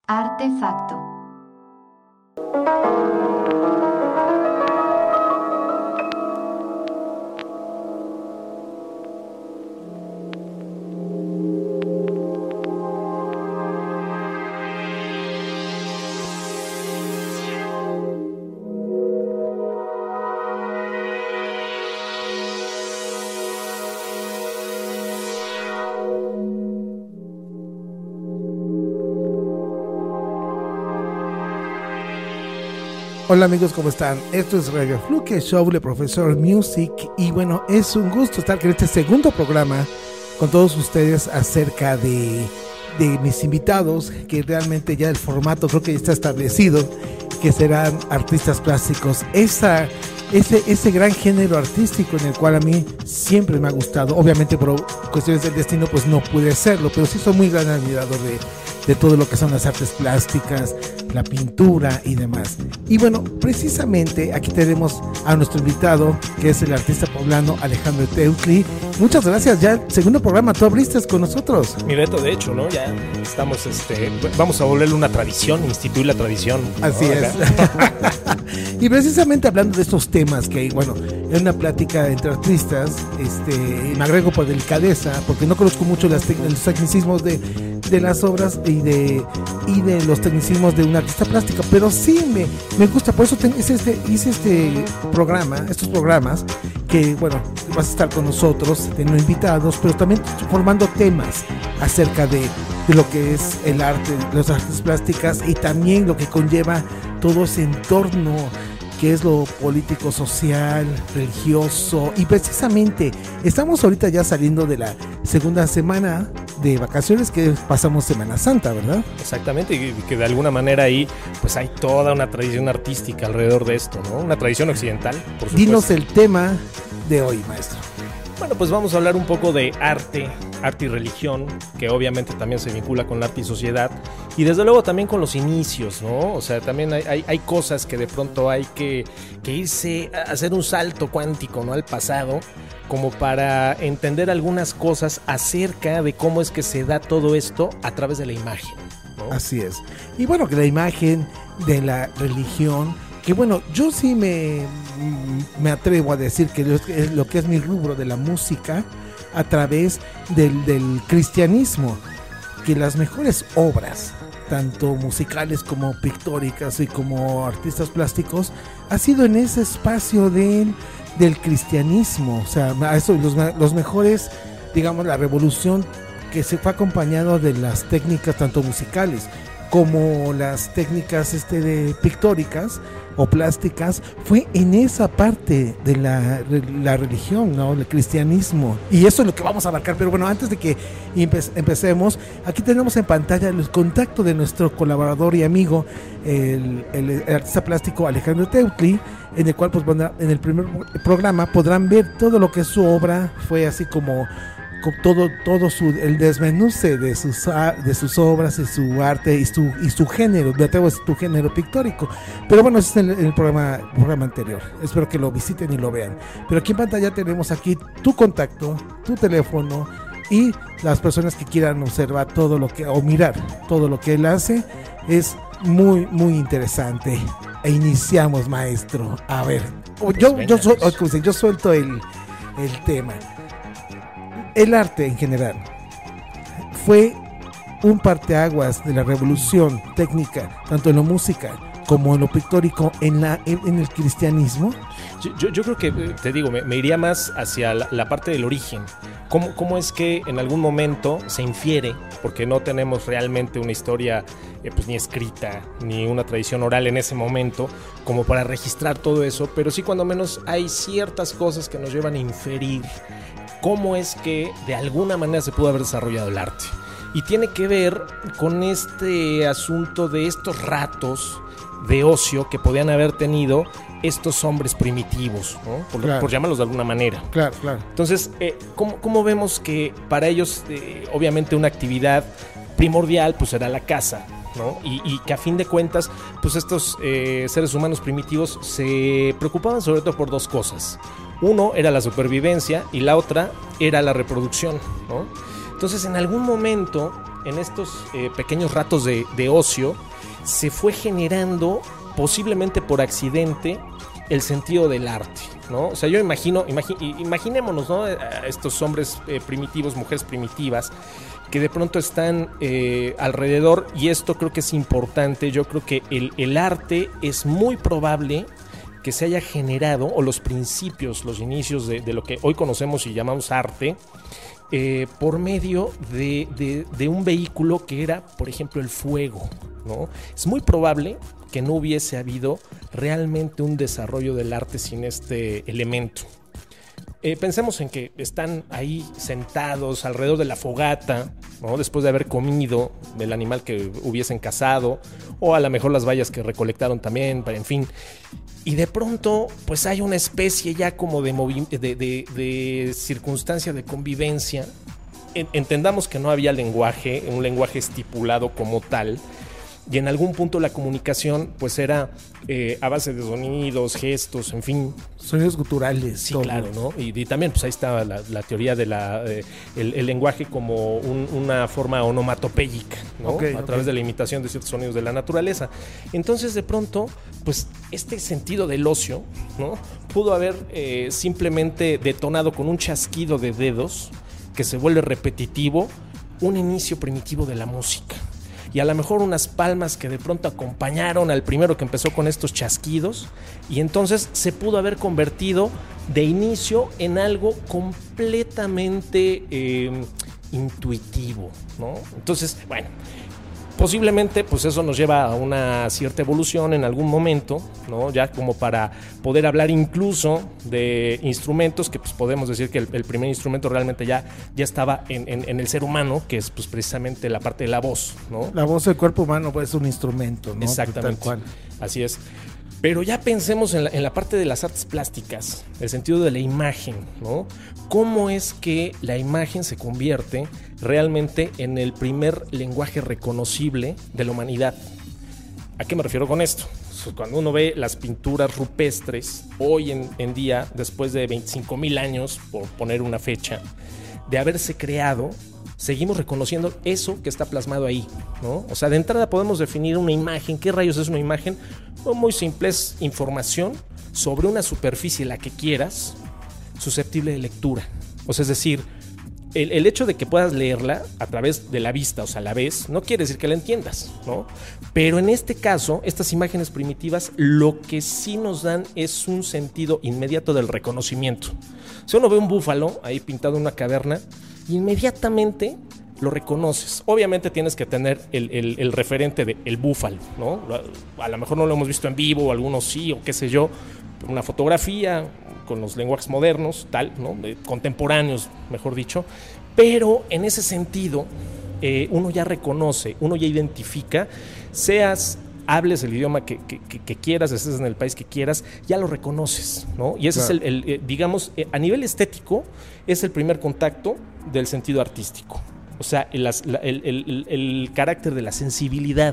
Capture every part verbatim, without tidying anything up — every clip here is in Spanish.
Artefacto. Hola amigos, ¿cómo están? Esto es Radio Fluke Show de Profesor Music y bueno, es un gusto estar en este segundo programa con todos ustedes acerca de, de mis invitados, que realmente ya el formato creo que ya está establecido, que serán artistas plásticos. Esa, ese, ese gran género artístico en el cual a mí siempre me ha gustado. Obviamente por cuestiones del destino pues no pude serlo, pero sí soy muy gran admirador de de todo lo que son las artes plásticas, la pintura y demás. Y bueno, precisamente aquí tenemos a nuestro invitado, que es el artista poblano Alejandro Teutli. Muchas gracias, ya el segundo programa, tú abriste con nosotros. Mi Beto, de hecho, ¿no? Ya estamos, este, vamos a volverle una tradición, instituir la tradición, ¿no? Así es. Y precisamente hablando de estos temas que, bueno, en una plática entre artistas, este, me agrego por delicadeza, porque no conozco mucho las tec- los tecnicismos de, de las obras y de, y de los tecnicismos de una artista plástica, pero sí me, me gusta, por eso te, hice, este, hice este programa, estos programas, que bueno, vas a estar con nosotros, teniendo invitados, pero también formando temas acerca de, de lo que es el arte, las artes plásticas y también lo que conlleva todo ese entorno que es lo político, social, religioso. Y precisamente estamos ahorita ya saliendo de la segunda semana de vacaciones, que pasamos Semana Santa, ¿verdad? Exactamente, y que de alguna manera ahí pues hay toda una tradición artística alrededor de esto, ¿no? Una tradición occidental, por supuesto. Dinos el tema de hoy, maestro. Bueno, pues vamos a hablar un poco de arte, arte y religión, que obviamente también se vincula con el arte y sociedad, y desde luego también con los inicios, ¿no? O sea, también hay, hay, hay cosas que de pronto hay que, que irse a hacer un salto cuántico, ¿no? Al pasado, como para entender algunas cosas acerca de cómo es que se da todo esto a través de la imagen, ¿no? Así es. Y bueno, que la imagen de la religión, que bueno, yo sí me, me atrevo a decir que es lo que es mi rubro de la música a través del, del cristianismo, que las mejores obras, tanto musicales como pictóricas y como artistas plásticos, ha sido en ese espacio de, del cristianismo. O sea, eso, los, los mejores, digamos, la revolución que se fue acompañado de las técnicas tanto musicales como las técnicas este de pictóricas o plásticas, fue en esa parte de la, la religión, ¿no? El cristianismo. Y eso es lo que vamos a abarcar. Pero bueno, antes de que empe- empecemos, aquí tenemos en pantalla el contacto de nuestro colaborador y amigo, el, el, el artista plástico Alejandro Teutli, en el cual pues bueno, en el primer programa podrán ver todo lo que es su obra. Fue así como con todo todo su el desmenuce de sus de sus obras y su arte y su y su género, de atrevo es tu género pictórico. Pero bueno, eso es en el, en el programa programa anterior. Espero que lo visiten y lo vean. Pero aquí en pantalla tenemos aquí tu contacto, tu teléfono y las personas que quieran observar todo lo que o mirar todo lo que él hace. Es muy muy interesante. E iniciamos, maestro. A ver, yo yo yo, yo, yo suelto el el tema. El arte en general fue un parteaguas de la revolución técnica, tanto en lo musical como en lo pictórico, en, la, en, en el cristianismo. Yo, yo, yo creo que, te digo, me, me iría más hacia la, la parte del origen. ¿Cómo, ¿Cómo es que en algún momento se infiere, porque no tenemos realmente una historia eh, pues, ni escrita, ni una tradición oral en ese momento, como para registrar todo eso, pero sí cuando menos hay ciertas cosas que nos llevan a inferir cómo es que de alguna manera se pudo haber desarrollado el arte. Y tiene que ver con este asunto de estos ratos de ocio que podían haber tenido estos hombres primitivos, ¿no? Por, claro. por llamarlos de alguna manera. Claro, claro. Entonces, eh, ¿cómo, ¿cómo vemos que para ellos, eh, obviamente, una actividad primordial pues era la caza, ¿no? Y, y que a fin de cuentas, pues estos eh, seres humanos primitivos se preocupaban sobre todo por dos cosas. Uno era la supervivencia y la otra era la reproducción, ¿no? Entonces, en algún momento en estos eh, pequeños ratos de, de ocio, se fue generando, posiblemente por accidente, el sentido del arte, ¿no? O sea, yo imagino, imagi- imaginémonos, ¿no? A estos hombres eh, primitivos, mujeres primitivas, que de pronto están eh, alrededor, y esto creo que es importante. Yo creo que el, el arte es muy probable que se haya generado, o los principios, los inicios de, de lo que hoy conocemos y llamamos arte, eh, por medio de, de, de un vehículo que era, por ejemplo, el fuego, ¿no? Es muy probable que no hubiese habido realmente un desarrollo del arte sin este elemento. Eh, pensemos en que están ahí sentados alrededor de la fogata, ¿no? Después de haber comido del animal que hubiesen cazado, o a lo mejor las bayas que recolectaron también, en fin. Y de pronto, pues hay una especie ya como de, movi- de, de, de circunstancia de convivencia. Entendamos que no había lenguaje, un lenguaje estipulado como tal, y en algún punto la comunicación pues era eh, a base de sonidos, gestos, en fin. Sonidos guturales. Sí, todo. claro, ¿no? Y, y también pues ahí está la, la teoría de la eh, el, el lenguaje como un, una forma onomatopéyica, ¿no? Okay, a okay. través de la imitación de ciertos sonidos de la naturaleza. Entonces de pronto pues este sentido del ocio, ¿no? Pudo haber eh, simplemente detonado con un chasquido de dedos que se vuelve repetitivo, un inicio primitivo de la música. Y a lo mejor unas palmas que de pronto acompañaron al primero que empezó con estos chasquidos, y entonces se pudo haber convertido de inicio en algo completamente eh, intuitivo, ¿no? Entonces, bueno, posiblemente pues eso nos lleva a una cierta evolución en algún momento, ¿no? Ya como para poder hablar incluso de instrumentos que pues podemos decir que el, el primer instrumento realmente ya, ya estaba en, en, en el ser humano, que es pues precisamente la parte de la voz, ¿no? La voz del cuerpo humano pues, es un instrumento, ¿no? Exactamente. Tal cual. Así es. Pero ya pensemos en la, en la parte de las artes plásticas, el sentido de la imagen, ¿no? ¿Cómo es que la imagen se convierte realmente en el primer lenguaje reconocible de la humanidad? ¿A qué me refiero con esto? Cuando uno ve las pinturas rupestres, hoy en, en día, después de veinticinco mil años, por poner una fecha, de haberse creado, seguimos reconociendo eso que está plasmado ahí, ¿no? O sea, de entrada podemos definir una imagen. ¿Qué rayos es una imagen? Pues muy simple, es información sobre una superficie, la que quieras, susceptible de lectura. O sea, es decir, el, el hecho de que puedas leerla a través de la vista, o sea, la ves, no quiere decir que la entiendas, ¿no? Pero en este caso, estas imágenes primitivas lo que sí nos dan es un sentido inmediato del reconocimiento. Si uno ve un búfalo ahí pintado en una caverna, inmediatamente lo reconoces. Obviamente tienes que tener el, el, el referente del de búfalo, ¿no? A lo mejor no lo hemos visto en vivo, algunos sí, o qué sé yo, una fotografía con los lenguajes modernos, tal, ¿no? De contemporáneos, mejor dicho. Pero en ese sentido, eh, uno ya reconoce, uno ya identifica, seas hables el idioma que, que, que quieras, estés en el país que quieras, ya lo reconoces, ¿no? Y ese claro. es el, el eh, digamos, eh, a nivel estético, es el primer contacto del sentido artístico. O sea, el, el, el, el carácter de la sensibilidad.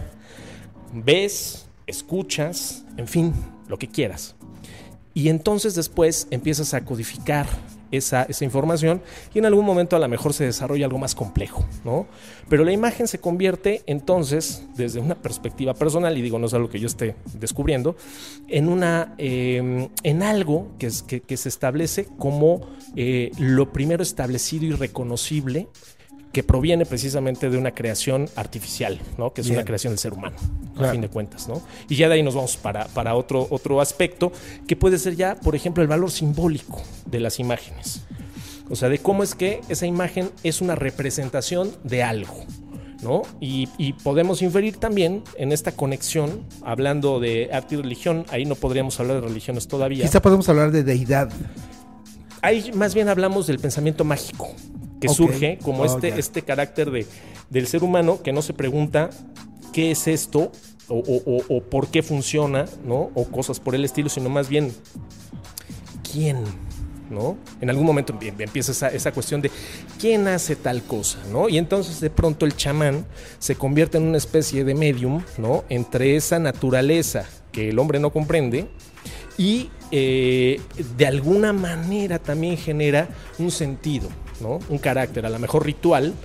Ves, escuchas, en fin, lo que quieras. Y entonces después empiezas a codificar esa, esa información, y en algún momento a lo mejor se desarrolla algo más complejo, ¿no? Pero la imagen se convierte entonces, desde una perspectiva personal, y digo, no es algo que yo esté descubriendo, en, una, eh, en algo que, es, que, que se establece como eh, lo primero establecido y reconocible, que proviene precisamente de una creación artificial, ¿no? Que es Bien. Una creación del ser humano, claro. A fin de cuentas, ¿no? Y ya de ahí nos vamos para, para otro, otro aspecto, que puede ser ya, por ejemplo, el valor simbólico de las imágenes. O sea, de cómo es que esa imagen es una representación de algo, ¿no? Y, y podemos inferir también en esta conexión, hablando de arte y religión, ahí no podríamos hablar de religiones todavía. Quizá podemos hablar de deidad. Ahí más bien hablamos del pensamiento mágico, que okay. surge como oh, este, yeah. este carácter de, del ser humano que no se pregunta qué es esto o, o, o, o por qué funciona, ¿no? O cosas por el estilo, sino más bien quién, ¿no? En algún momento empieza esa, esa cuestión de quién hace tal cosa, ¿no? Y entonces de pronto el chamán se convierte en una especie de medium, ¿no? Entre esa naturaleza que el hombre no comprende y eh, de alguna manera también genera un sentido, ¿no? Un carácter, a lo mejor ritual,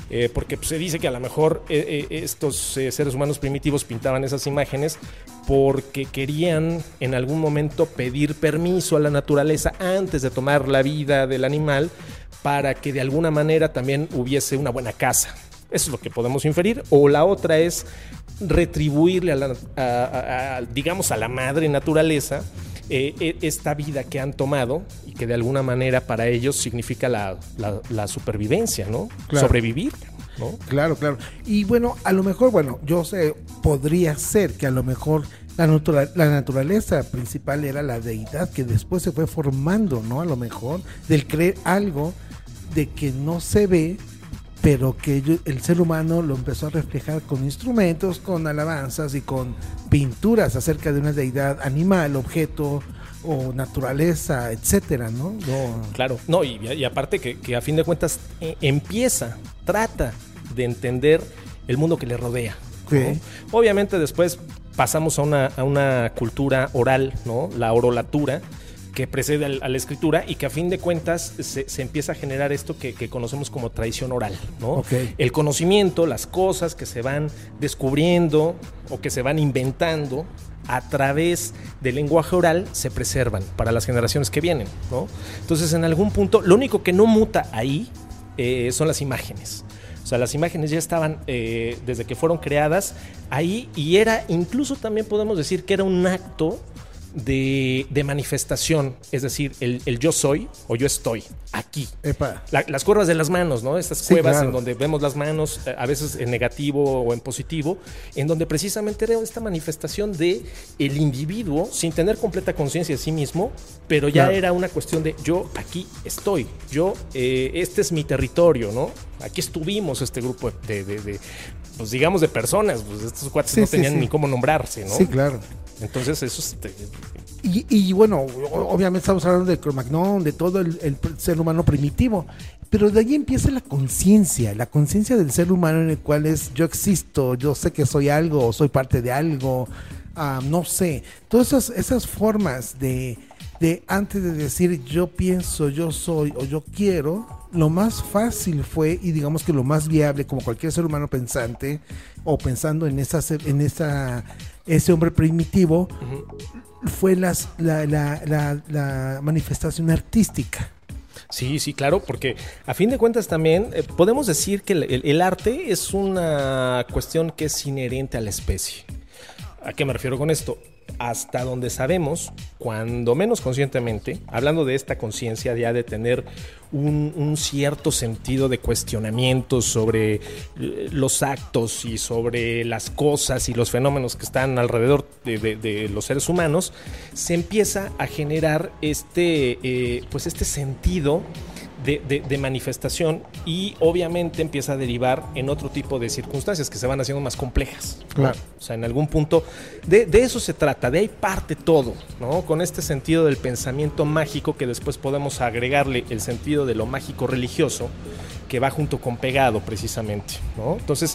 eh, porque pues, se dice que a lo mejor eh, eh, estos eh, seres humanos primitivos pintaban esas imágenes porque querían en algún momento pedir permiso a la naturaleza antes de tomar la vida del animal para que de alguna manera también hubiese una buena caza. Eso es lo que podemos inferir. O la otra es retribuirle a la, a, a, a, digamos, a la madre naturaleza eh, esta vida que han tomado y que de alguna manera para ellos significa la, la, la supervivencia, ¿no? Claro. Sobrevivir, ¿no? Claro, claro. Y bueno, a lo mejor, bueno, yo sé, podría ser que a lo mejor la, natura, la naturaleza principal era la deidad que después se fue formando, ¿no? A lo mejor del creer algo de que no se ve, pero que yo, el ser humano lo empezó a reflejar con instrumentos, con alabanzas y con pinturas acerca de una deidad animal, objeto o naturaleza, etcétera, ¿no? no. Claro, no, y, y aparte que, que a fin de cuentas eh, empieza, trata de entender el mundo que le rodea, ¿no? Obviamente después pasamos a una, a una cultura oral, ¿no? La orolatura, que precede a, a la escritura y que a fin de cuentas se, se empieza a generar esto que, que conocemos como tradición oral, ¿no? Okay. El conocimiento, las cosas que se van descubriendo o que se van inventando a través del lenguaje oral se preservan para las generaciones que vienen, ¿no? Entonces, en algún punto, lo único que no muta ahí eh, son las imágenes. O sea, las imágenes ya estaban eh, desde que fueron creadas ahí y era, incluso también podemos decir que era un acto De, de manifestación, es decir, el, el yo soy o yo estoy aquí. La, las curvas de las manos, ¿no? Estas sí, cuevas claro. En donde vemos las manos, a veces en negativo o en positivo, en donde precisamente era esta manifestación de el individuo sin tener completa conciencia de sí mismo, pero ya claro. Era una cuestión de yo aquí estoy, yo, eh, este es mi territorio, ¿no? Aquí estuvimos este grupo de, de, de pues digamos de personas, pues estos cuates sí, no tenían sí, sí. ni cómo nombrarse, ¿no? Sí, claro. Entonces eso es... Te... Y, y bueno, obviamente estamos hablando de Cro-Magnon, de todo el, el ser humano primitivo, pero de ahí empieza la conciencia, la conciencia del ser humano en el cual es yo existo, yo sé que soy algo, soy parte de algo, uh, no sé, todas esas, esas formas de, de antes de decir yo pienso, yo soy o yo quiero, lo más fácil fue, y digamos que lo más viable, como cualquier ser humano pensante o pensando en esa, en esa ese hombre primitivo, uh-huh. fue las, la, la, la, la manifestación artística. Sí, sí, claro, porque a fin de cuentas también eh, podemos decir que el, el, el arte es una cuestión que es inherente a la especie. ¿A qué me refiero con esto? Hasta donde sabemos, cuando menos conscientemente, hablando de esta conciencia ya de tener un, un cierto sentido de cuestionamiento sobre los actos y sobre las cosas y los fenómenos que están alrededor de, de, de los seres humanos, se empieza a generar este, eh, pues este sentido De, de, de manifestación y obviamente empieza a derivar en otro tipo de circunstancias que se van haciendo más complejas, ¿no? Claro. O sea, en algún punto de, de eso se trata, de ahí parte todo, ¿no? Con este sentido del pensamiento mágico que después podemos agregarle el sentido de lo mágico religioso que va junto con pegado precisamente, ¿no? Entonces,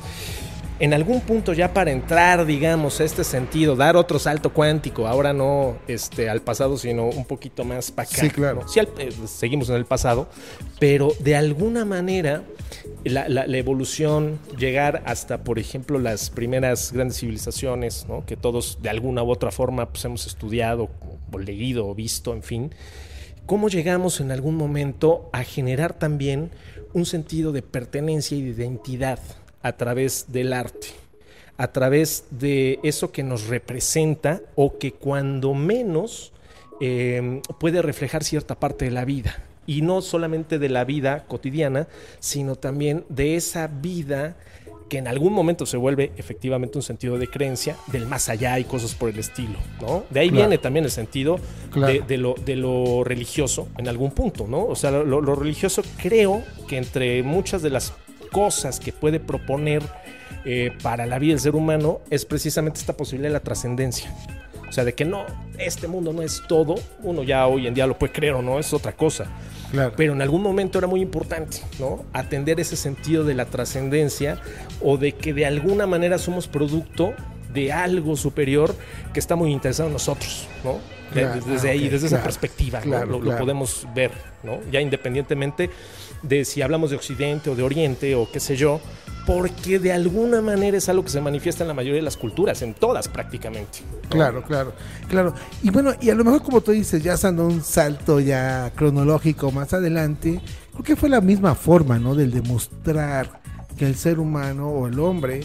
en algún punto ya para entrar, digamos, a este sentido, dar otro salto cuántico, ahora no este, al pasado, sino un poquito más para acá. Sí, claro. ¿No? Sí, al, eh, seguimos en el pasado, pero de alguna manera la, la, la evolución, llegar hasta, por ejemplo, las primeras grandes civilizaciones, ¿no? Que todos de alguna u otra forma pues, hemos estudiado, o leído, o visto, en fin. ¿Cómo llegamos en algún momento a generar también un sentido de pertenencia y de identidad a través del arte, a través de eso que nos representa o que cuando menos eh, puede reflejar cierta parte de la vida? Y no solamente de la vida cotidiana, sino también de esa vida que en algún momento se vuelve efectivamente un sentido de creencia del más allá y cosas por el estilo, ¿no? De ahí claro. Viene también el sentido claro. de, de, lo, de lo religioso en algún punto, ¿no? O sea, lo, lo religioso creo que entre muchas de las cosas que puede proponer eh, para la vida del ser humano es precisamente esta posibilidad de la trascendencia. O sea, de que no, este mundo no es todo. Uno ya hoy en día lo puede creer o no, es otra cosa. Claro. Pero en algún momento era muy importante, ¿no? Atender ese sentido de la trascendencia o de que de alguna manera somos producto de algo superior que está muy interesado en nosotros, ¿no? Claro, desde ah, ahí, okay, desde claro, esa perspectiva, claro, ¿no? lo, claro. lo podemos ver, ¿no? Ya independientemente de si hablamos de Occidente o de Oriente o qué sé yo, porque de alguna manera es algo que se manifiesta en la mayoría de las culturas, en todas prácticamente, ¿no? Claro, claro, claro. Y bueno, y a lo mejor como tú dices, ya dando un salto ya cronológico más adelante, creo que fue la misma forma, ¿no? Del demostrar que el ser humano o el hombre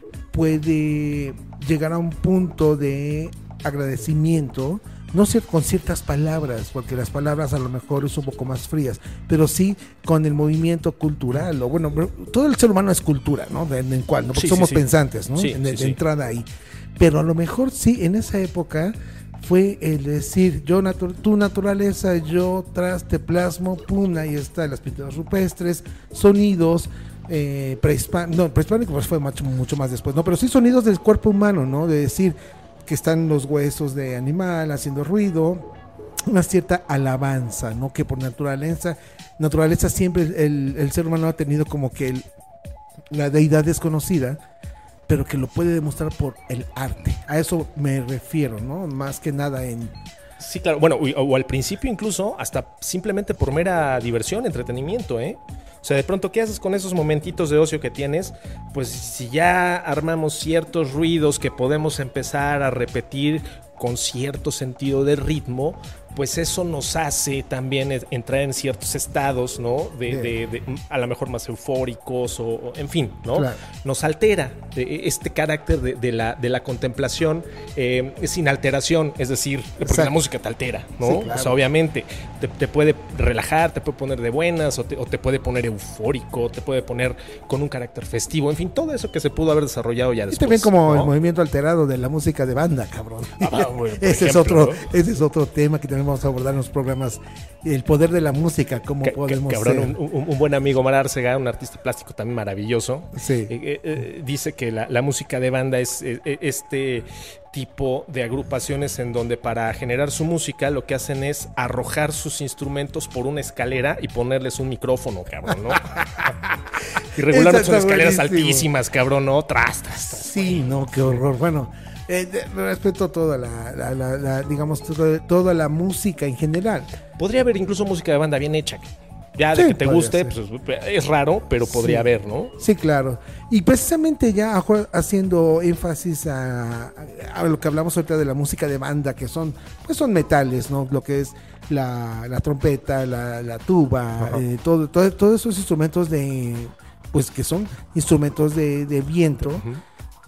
puede llegar a un punto de agradecimiento, no ser con ciertas palabras, porque las palabras a lo mejor es un poco más frías, pero sí con el movimiento cultural, o bueno, todo el ser humano es cultura, ¿no? En el cual, ¿no? Porque Sí, somos sí, sí. pensantes, ¿no? Sí, en, sí, de sí. entrada ahí. Pero a lo mejor sí, en esa época fue el decir, yo natu- tu naturaleza, yo tras te plasmo, pum, ahí está, las pinturas rupestres, sonidos, eh, prehispánicos, no, prehispánicos pues fue mucho, mucho más después, no, pero sí sonidos del cuerpo humano, ¿no? De decir que están los huesos de animal haciendo ruido, una cierta alabanza, ¿no? Que por naturaleza, naturaleza siempre el, el ser humano ha tenido como que el, la deidad desconocida, pero que lo puede demostrar por el arte. A eso me refiero, ¿no? Más que nada en... Sí, claro. Bueno, o, o al principio incluso hasta simplemente por mera diversión, entretenimiento, ¿eh? O sea, de pronto, ¿qué haces con esos momentitos de ocio que tienes? Pues si ya armamos ciertos ruidos que podemos empezar a repetir con cierto sentido de ritmo, pues eso nos hace también entrar en ciertos estados, ¿no? De, de, de a lo mejor más eufóricos o, o en fin, ¿no? Claro. Nos altera de este carácter de, de, la, de la contemplación eh, sin alteración, es decir, porque Exacto. la música te altera, ¿no? Sí, claro. O sea, obviamente te, te puede relajar, te puede poner de buenas o te, o te puede poner eufórico, te puede poner con un carácter festivo, en fin, todo eso que se pudo haber desarrollado ya después. Y también como ¿no? el movimiento alterado de la música de banda, cabrón. Ah, bueno, ese, ejemplo, es otro, ¿no? ese es otro tema que tenemos a abordar en los programas, el poder de la música, cómo que, podemos que, cabrón, ser. Un, un, un buen amigo, Mar Arcega, un artista plástico también maravilloso, sí. eh, eh, dice que la, la música de banda es eh, este tipo de agrupaciones en donde para generar su música lo que hacen es arrojar sus instrumentos por una escalera y ponerles un micrófono, cabrón, ¿no? Y regularmente son escaleras buenísimo. altísimas, cabrón, ¿no? Tras, tras, tras. Sí, no, qué horror. Bueno, eh, de, respeto toda la, la, la, la digamos, todo, toda la música en general. Podría haber incluso música de banda bien hecha. Ya de sí, que te guste, pues, es raro, pero podría sí. haber, ¿no? Sí, claro. Y precisamente ya haciendo énfasis a, a lo que hablamos ahorita de la música de banda, que son, pues son metales, ¿no? Lo que es la, la trompeta, la, la tuba, eh, todo, todo, todos esos instrumentos de, pues que son instrumentos de, de viento. Uh-huh.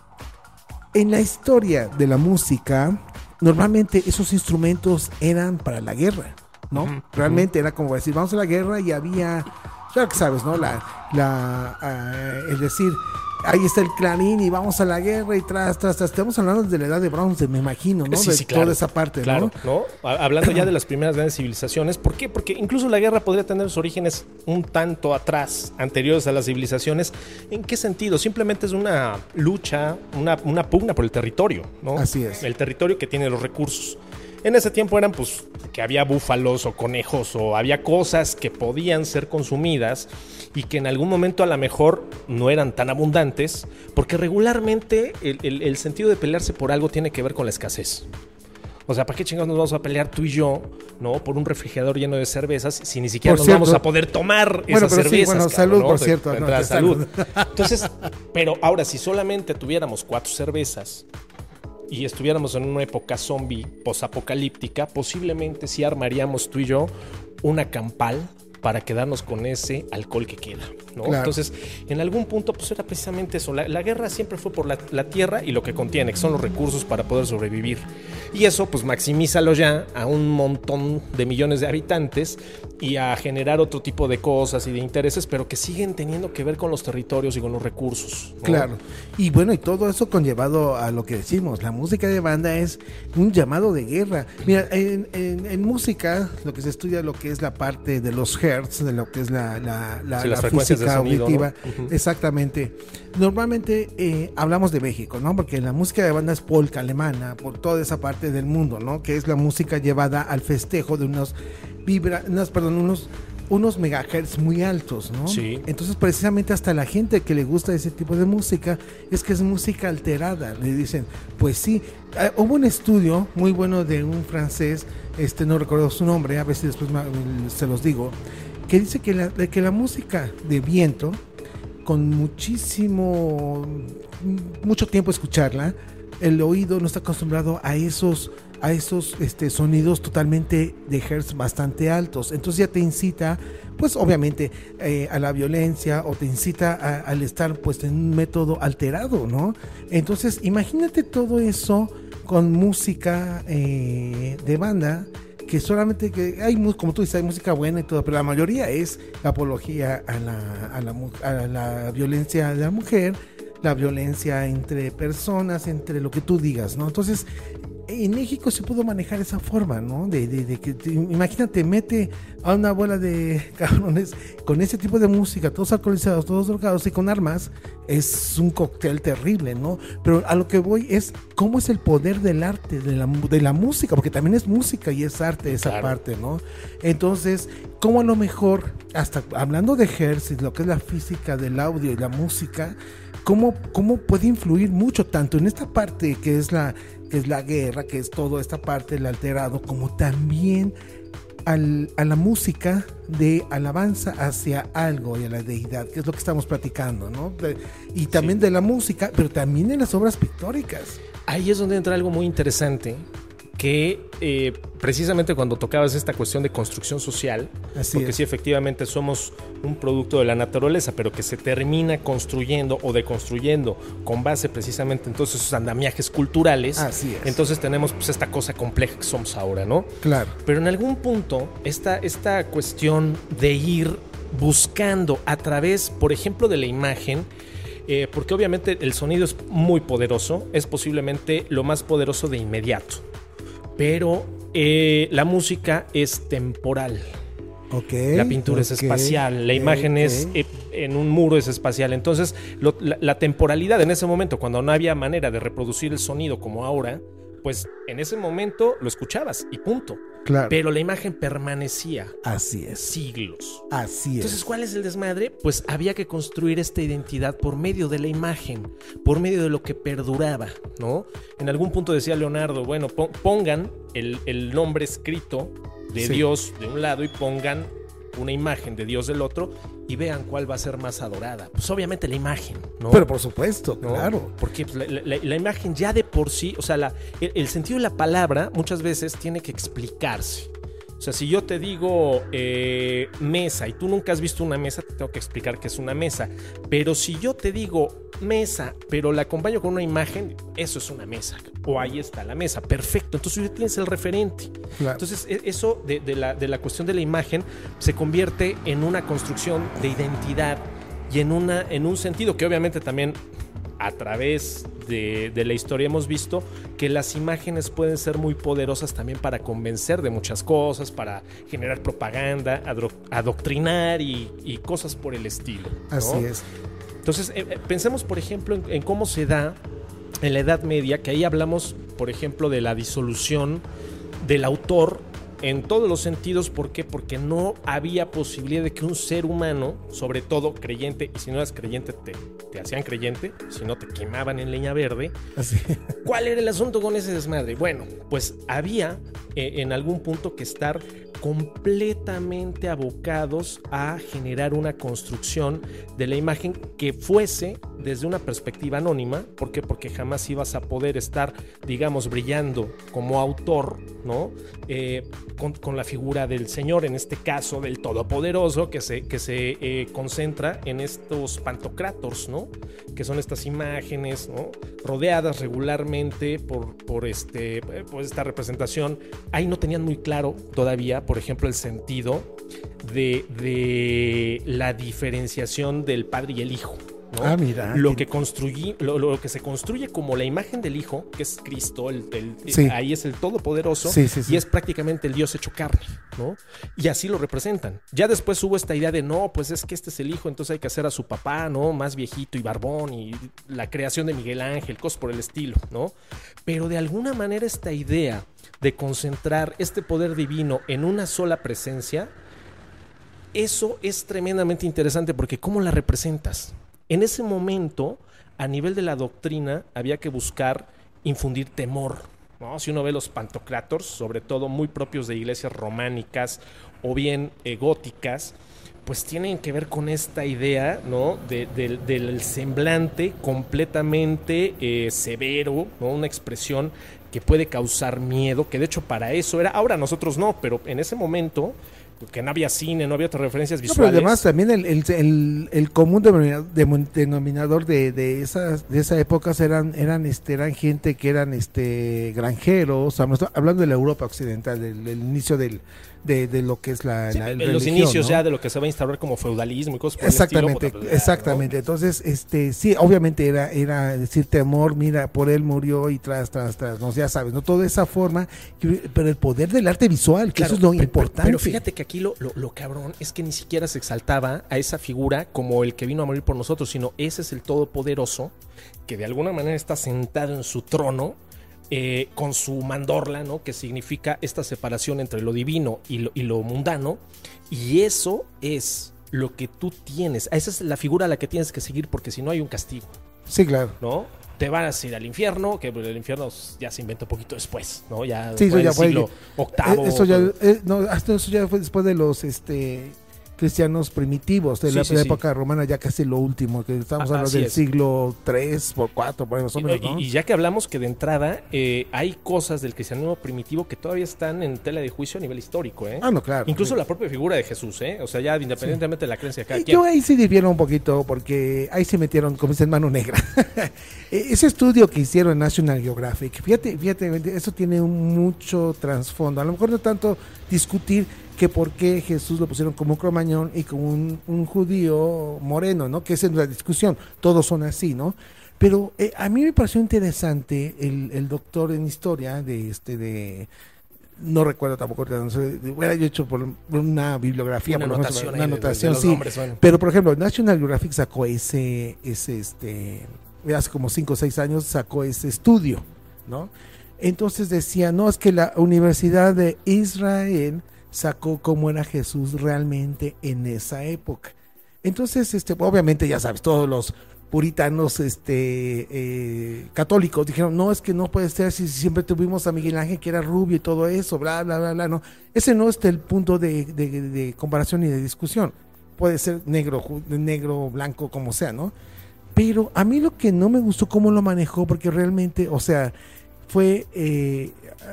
En la historia de la música, normalmente esos instrumentos eran para la guerra, ¿no? Uh-huh. Realmente era como decir, vamos a la guerra y había, ya que sabes, ¿no? La, la, uh, es decir, ahí está el clarín y vamos a la guerra y tras, tras, tras. Estamos hablando de la edad de bronce, me imagino, ¿no? Sí, de sí, claro, toda esa parte, claro, ¿no? ¿no? Hablando ya de las primeras grandes civilizaciones, ¿por qué? Porque incluso la guerra podría tener sus orígenes un tanto atrás, anteriores a las civilizaciones. ¿En qué sentido? Simplemente es una lucha, una, una pugna por el territorio, ¿no? Así es. El territorio que tiene los recursos. En ese tiempo eran pues que había búfalos o conejos o había cosas que podían ser consumidas y que en algún momento a lo mejor no eran tan abundantes, porque regularmente el, el, el sentido de pelearse por algo tiene que ver con la escasez. O sea, ¿para qué chingados nos vamos a pelear tú y yo, no, por un refrigerador lleno de cervezas si ni siquiera por nos cierto, vamos a poder tomar bueno, esas pero cervezas? Sí, bueno, cabrón, salud, ¿no? por cierto. No, salud. Entonces, pero ahora, si solamente tuviéramos cuatro cervezas y estuviéramos en una época zombie posapocalíptica, posiblemente sí armaríamos tú y yo una campal para quedarnos con ese alcohol que queda, ¿no? Claro. Entonces, en algún punto, pues era precisamente eso. La, la guerra siempre fue por la, la tierra y lo que contiene, que son los recursos para poder sobrevivir. Y eso, pues, maximízalo ya a un montón de millones de habitantes y a generar otro tipo de cosas y de intereses, pero que siguen teniendo que ver con los territorios y con los recursos, ¿no? Claro. Y bueno, y todo eso conllevado a lo que decimos, la música de banda es un llamado de guerra. Mira, en, en, en música, lo que se estudia, lo que es la parte de los hertz, de lo que es la, la, la, sí, la física sonido, auditiva, ¿no? Uh-huh. Exactamente. Normalmente eh, hablamos de México, ¿no? Porque la música de banda es polka alemana, por toda esa parte del mundo, ¿no? Que es la música llevada al festejo de unos vibra, unos, perdón, unos unos megahertz muy altos, ¿no? Sí. Entonces, precisamente hasta la gente que le gusta ese tipo de música es que es música alterada. Le dicen, pues sí. Uh, hubo un estudio muy bueno de un francés, este no recuerdo su nombre, a ver si después me, se los digo, que dice que la, que la música de viento, con muchísimo, mucho tiempo escucharla, el oído no está acostumbrado a esos a esos este, sonidos totalmente de hertz bastante altos. Entonces ya te incita, pues obviamente, eh, a la violencia, o te incita a, al estar pues en un método alterado, ¿no? Entonces imagínate todo eso con música eh, de banda, que solamente que hay, como tú dices, hay música buena y todo, pero la mayoría es apología a la, a la, a la violencia de la mujer, la violencia entre personas, entre lo que tú digas, ¿no? Entonces, en México se pudo manejar esa forma, ¿no? De, de, de que, de, imagínate, mete a una bola de cabrones con ese tipo de música, todos alcoholizados, todos drogados y con armas, es un cóctel terrible, ¿no? Pero a lo que voy es cómo es el poder del arte, de la, de la música, porque también es música y es arte esa claro. parte, ¿no? Entonces, cómo a lo mejor, hasta hablando de hertz y lo que es la física del audio y la música, cómo, cómo puede influir mucho, tanto en esta parte que es la que es la guerra, que es toda esta parte del alterado, como también al, a la música de alabanza hacia algo y a la deidad, que es lo que estamos platicando, ¿no? De, y también sí. de la música, pero también en las obras pictóricas. Ahí es donde entra algo muy interesante, que eh, precisamente cuando tocabas esta cuestión de construcción social, Así porque es. sí, efectivamente somos un producto de la naturaleza, pero que se termina construyendo o deconstruyendo con base precisamente en todos esos andamiajes culturales. Así es. Entonces tenemos pues esta cosa compleja que somos ahora, ¿no? Claro. Pero en algún punto esta, esta cuestión de ir buscando a través, por ejemplo, de la imagen, eh, porque obviamente el sonido es muy poderoso, es posiblemente lo más poderoso de inmediato. Pero eh, la música es temporal. Okay, la pintura okay, es espacial, la imagen okay. es eh, en un muro es espacial. Entonces, lo, la, la temporalidad en ese momento, cuando no había manera de reproducir el sonido como ahora, pues en ese momento lo escuchabas y punto. Claro. Pero la imagen permanecía. Así es. Siglos. Así es. Entonces, ¿cuál es el desmadre? Pues había que construir esta identidad por medio de la imagen, por medio de lo que perduraba, ¿no? En algún punto decía Leonardo, bueno, pongan el, el nombre escrito de sí. Dios de un lado y pongan una imagen de Dios del otro y vean cuál va a ser más adorada. Pues obviamente la imagen, ¿no? Pero por supuesto, ¿no? Claro. Porque pues, la, la, la imagen ya de por sí, o sea, la, el, el sentido de la palabra muchas veces tiene que explicarse. O sea, si yo te digo eh, mesa y tú nunca has visto una mesa, te tengo que explicar qué es una mesa. Pero si yo te digo mesa, pero la acompaño con una imagen, eso es una mesa. O ahí está la mesa, perfecto. Entonces ya tienes el referente. Claro. Entonces eso de, de, la, de la cuestión de la imagen se convierte en una construcción de identidad y en, una, en un sentido que obviamente también a través de, de la historia hemos visto que las imágenes pueden ser muy poderosas también para convencer de muchas cosas, para generar propaganda, adro, adoctrinar y, y cosas por el estilo, ¿no? Así es. Entonces, eh, pensemos, por ejemplo, en, en cómo se da en la Edad Media, que ahí hablamos, por ejemplo, de la disolución del autor en todos los sentidos. ¿Por qué? Porque no había posibilidad de que un ser humano, sobre todo creyente, y si no eras creyente te, te hacían creyente, si no te quemaban en leña verde. Así. ¿Cuál era el asunto con ese desmadre? Bueno, pues había eh, en algún punto que estar completamente abocados a generar una construcción de la imagen que fuese desde una perspectiva anónima. ¿Por qué? Porque jamás ibas a poder estar, digamos, brillando como autor, ¿no? Eh, con, con la figura del Señor, en este caso del Todopoderoso, que se, que se eh, concentra en estos pantocrátors, ¿no? Que son estas imágenes, ¿no? Rodeadas regularmente por, por, este, por esta representación. Ahí no tenían muy claro todavía, por ejemplo, el sentido de, de la diferenciación del Padre y el Hijo, ¿no? Ah, mira. Lo que construí, lo, lo que se construye como la imagen del Hijo, que es Cristo, el, el, sí. ahí es el Todopoderoso, sí, sí, sí. y es prácticamente el Dios hecho carne, ¿no? Y así lo representan. Ya después hubo esta idea de no, pues es que este es el Hijo, entonces hay que hacer a su papá, ¿no? Más viejito y barbón, y la creación de Miguel Ángel, cosas por el estilo, ¿no? Pero de alguna manera esta idea de concentrar este poder divino en una sola presencia eso es tremendamente interesante porque ¿cómo la representas? En ese momento, a nivel de la doctrina, había que buscar infundir temor, ¿no? Si uno ve los pantocrátoros, sobre todo muy propios de iglesias románicas o bien eh, góticas, pues tienen que ver con esta idea, ¿no? De, de, del semblante completamente eh, severo, ¿no? Una expresión que puede causar miedo, que de hecho para eso era, ahora nosotros no, pero en ese momento, que no había cine, no había otras referencias visuales. No, pero además también el, el, el, el común denominador de, de esas de esa época eran eran este eran gente que eran este granjeros, hablando de la Europa occidental, del, del inicio del de, de lo que es la, sí, la en religión, los inicios, ¿no? Ya de lo que se va a instaurar como feudalismo y cosas por exactamente, el estilo. Pues, exactamente. ¿No? Entonces, este sí, obviamente era era decir temor, mira, por él murió y tras tras tras, no, ya sabes, no toda esa forma, pero el poder del arte visual, que claro, eso es lo pero, importante. Pero fíjate que aquí lo, lo, lo cabrón es que ni siquiera se exaltaba a esa figura como el que vino a morir por nosotros, sino ese es el todopoderoso que de alguna manera está sentado en su trono. Eh, con su mandorla, ¿no? Que significa esta separación entre lo divino y lo, y lo mundano, y eso es lo que tú tienes, esa es la figura a la que tienes que seguir, porque si no hay un castigo. Sí, claro. ¿No? Te vas a ir al infierno, que el infierno ya se inventó un poquito después, ¿no? Ya sí, fue eso ya el fue siglo octavo. Eso ya, eh, no, hasta eso ya fue después de los este cristianos primitivos de sí, la, sí, la época sí. romana, ya casi lo último, que estamos hablando del es. siglo tres por cuatro, por ahí más o menos, ¿no? Y, y ya que hablamos que de entrada eh, hay cosas del cristianismo primitivo que todavía están en tela de juicio a nivel histórico, ¿eh? Ah, no, claro. Incluso sí. la propia figura de Jesús, ¿eh? O sea, ya independientemente sí. de la creencia de cada y quien. Yo ahí sí difiero un poquito, porque ahí se metieron, como dicen, mano negra. Ese estudio que hicieron en National Geographic, fíjate, fíjate, eso tiene un mucho trasfondo. A lo mejor no tanto discutir que por qué Jesús lo pusieron como un cromañón y como un, un judío moreno, ¿no? Que esa es la discusión, todos son así, ¿no? Pero eh, a mí me pareció interesante el, el doctor en historia de este de no recuerdo tampoco, no sé, hubiera yo hecho por una bibliografía, una por anotación, una anotación, de, de sí. Nombres, bueno. Pero por ejemplo, National Geographic sacó ese, ese, este, hace como cinco o seis años sacó ese estudio, ¿no? Entonces decía, no, es que la Universidad de Israel sacó cómo era Jesús realmente en esa época. Entonces, este, obviamente, ya sabes, todos los puritanos este, eh, católicos dijeron, no, es que no puede ser si siempre tuvimos a Miguel Ángel que era rubio y todo eso, bla, bla, bla, bla, no. Ese no es el punto de, de, de comparación y de discusión. Puede ser negro, negro, blanco, como sea, ¿no? Pero a mí lo que no me gustó cómo lo manejó, porque realmente, o sea, fue... Eh,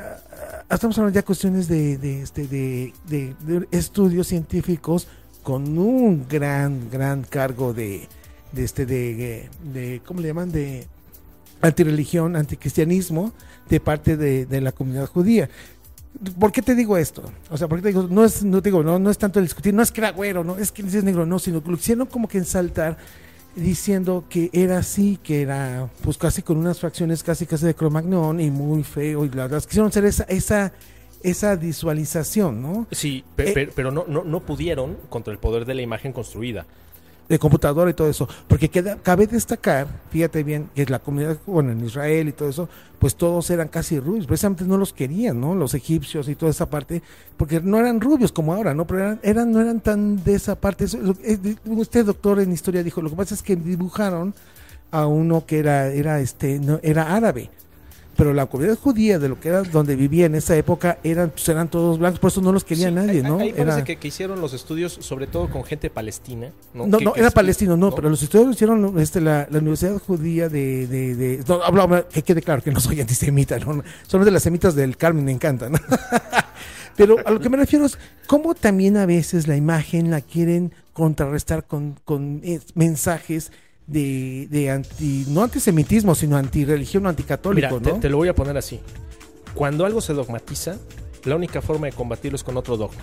estamos hablando ya de cuestiones de, de, este, de, de, de estudios científicos con un gran, gran cargo de, de, este, de, de, ¿cómo le llaman? De antirreligión, anticristianismo de parte de, de la comunidad judía. ¿Por qué te digo esto? O sea, porque te digo, no es, no te digo, no, no es tanto el discutir, no es que era güero, no es que es negro, no, sino que lo hicieron como que ensaltar diciendo que era así, que era pues casi con unas fracciones casi casi de Cro-Magnon y muy feo, y la verdad quisieron hacer esa esa esa visualización, ¿no? Sí, pe- eh, pe- pero no, no, no pudieron contra el poder de la imagen construida. De computadora y todo eso, porque queda, cabe destacar, fíjate bien, que la comunidad, bueno, en Israel y todo eso, pues todos eran casi rubios, precisamente no los querían, ¿no? Los egipcios y toda esa parte, porque no eran rubios como ahora, ¿no? Pero eran, eran no eran tan de esa parte. Eso, usted, doctor en historia, dijo, lo que pasa es que dibujaron a uno que era, era este, no, era árabe. Pero la comunidad judía de lo que era donde vivía en esa época eran, pues eran todos blancos, por eso no los quería sí, nadie, ¿no? Ahí parece era... que, que hicieron los estudios sobre todo con gente palestina, ¿no? No, que, no que era es, palestino, no, no, pero los estudios los hicieron este, la, la Universidad Judía de... de, de no, habla, habla, que quede claro que no soy antisemita, ¿no? Son de las semitas del Carmen, me encantan, ¿no? Pero a lo que me refiero es cómo también a veces la imagen la quieren contrarrestar con, con eh, mensajes de, de anti, no antisemitismo, sino antirreligión o anticatólico. Mira, ¿no? te, te lo voy a poner así. Cuando algo se dogmatiza, la única forma de combatirlo es con otro dogma.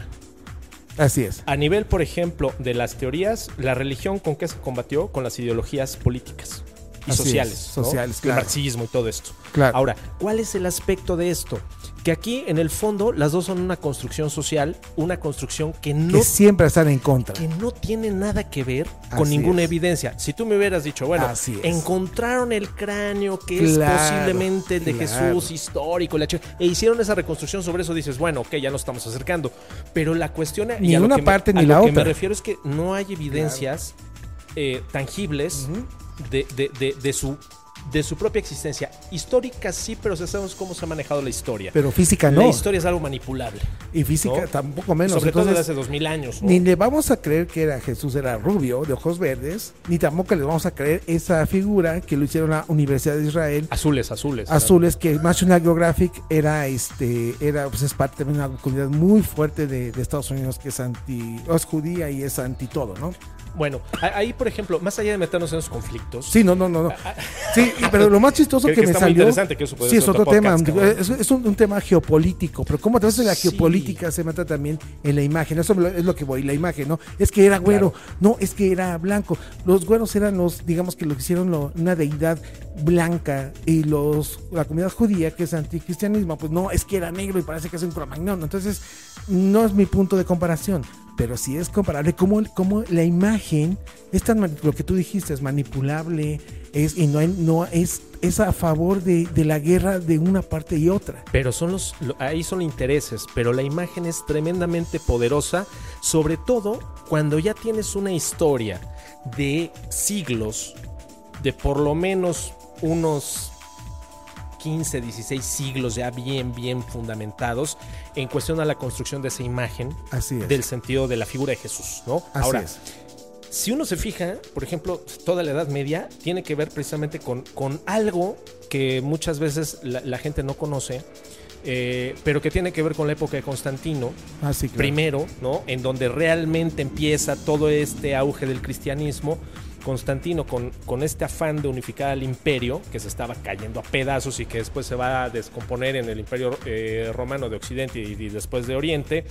Así es. A nivel, por ejemplo, de las teorías, la religión, ¿con qué se combatió? Con las ideologías políticas y Así sociales. Es, ¿no? sociales, claro. El marxismo y todo esto. Claro. Ahora, ¿cuál es el aspecto de esto? que aquí en el fondo las dos son una construcción social, una construcción que no, que siempre están en contra, que no tiene nada que ver con Así ninguna es. evidencia. Si tú me hubieras dicho, bueno, Así es. encontraron el cráneo que Claro, es posiblemente el de claro. Jesús histórico, la ch- e hicieron esa reconstrucción sobre eso, dices, bueno, ok, ya nos estamos acercando. Pero la cuestión, Ni y a lo una que me- parte a ni lo la que otra. me refiero es que no hay evidencias eh, tangibles Ujú. de, de, de, de su de su propia existencia. Histórica sí, pero sabemos cómo se ha manejado la historia. Pero física La no. historia es algo manipulable. Y física ¿no? tampoco menos. Sobre todo Entonces, desde hace dos mil años. ¿no? ni le vamos a creer que era Jesús era rubio, de ojos verdes, ni tampoco le vamos a creer esa figura que lo hicieron la Universidad de Israel, Azules, azules. azules, que National Geographic era, este, era, pues es parte de una comunidad muy fuerte de, de Estados Unidos que es anti, es judía y es anti todo, ¿no? Bueno, ahí, por ejemplo, más allá de meternos en esos conflictos. Sí, no, no, no, no. Sí, pero lo más chistoso que, que, que me está muy salió. interesante, que eso puede Sí, ser es otro podcast, tema. cabrón. Es, es un, un tema geopolítico, pero cómo a través de la Sí. geopolítica se mata también en la imagen. Eso es lo que voy, la imagen, ¿no? Es que era güero, Claro. no, es que era blanco. Los güeros eran los, digamos que lo que hicieron lo- una deidad blanca y los la comunidad judía, que es anticristianismo, pues no, es que era negro y parece que es un cromagnón. Entonces, no es mi punto de comparación. Pero sí es comparable cómo, cómo la imagen es tan mani- lo que tú dijiste, es manipulable, es, y no, hay, no es, es a favor de, de la guerra de una parte y otra. Pero son los, lo- ahí son intereses, pero la imagen es tremendamente poderosa, sobre todo cuando ya tienes una historia de siglos, de por lo menos unos quince, dieciséis siglos ya bien, bien fundamentados en cuestión a la construcción de esa imagen. Así es. Del sentido de la figura de Jesús, ¿no? Así Ahora, es. si uno se fija, por ejemplo, toda la Edad Media tiene que ver precisamente con, con algo que muchas veces la, la gente no conoce, eh, pero que tiene que ver con la época de Constantino, Ah, sí, claro. primero, ¿no? En donde realmente empieza todo este auge del cristianismo. Constantino con, con este afán de unificar al imperio, que se estaba cayendo a pedazos y que después se va a descomponer en el imperio eh, romano de Occidente y, y después de Oriente,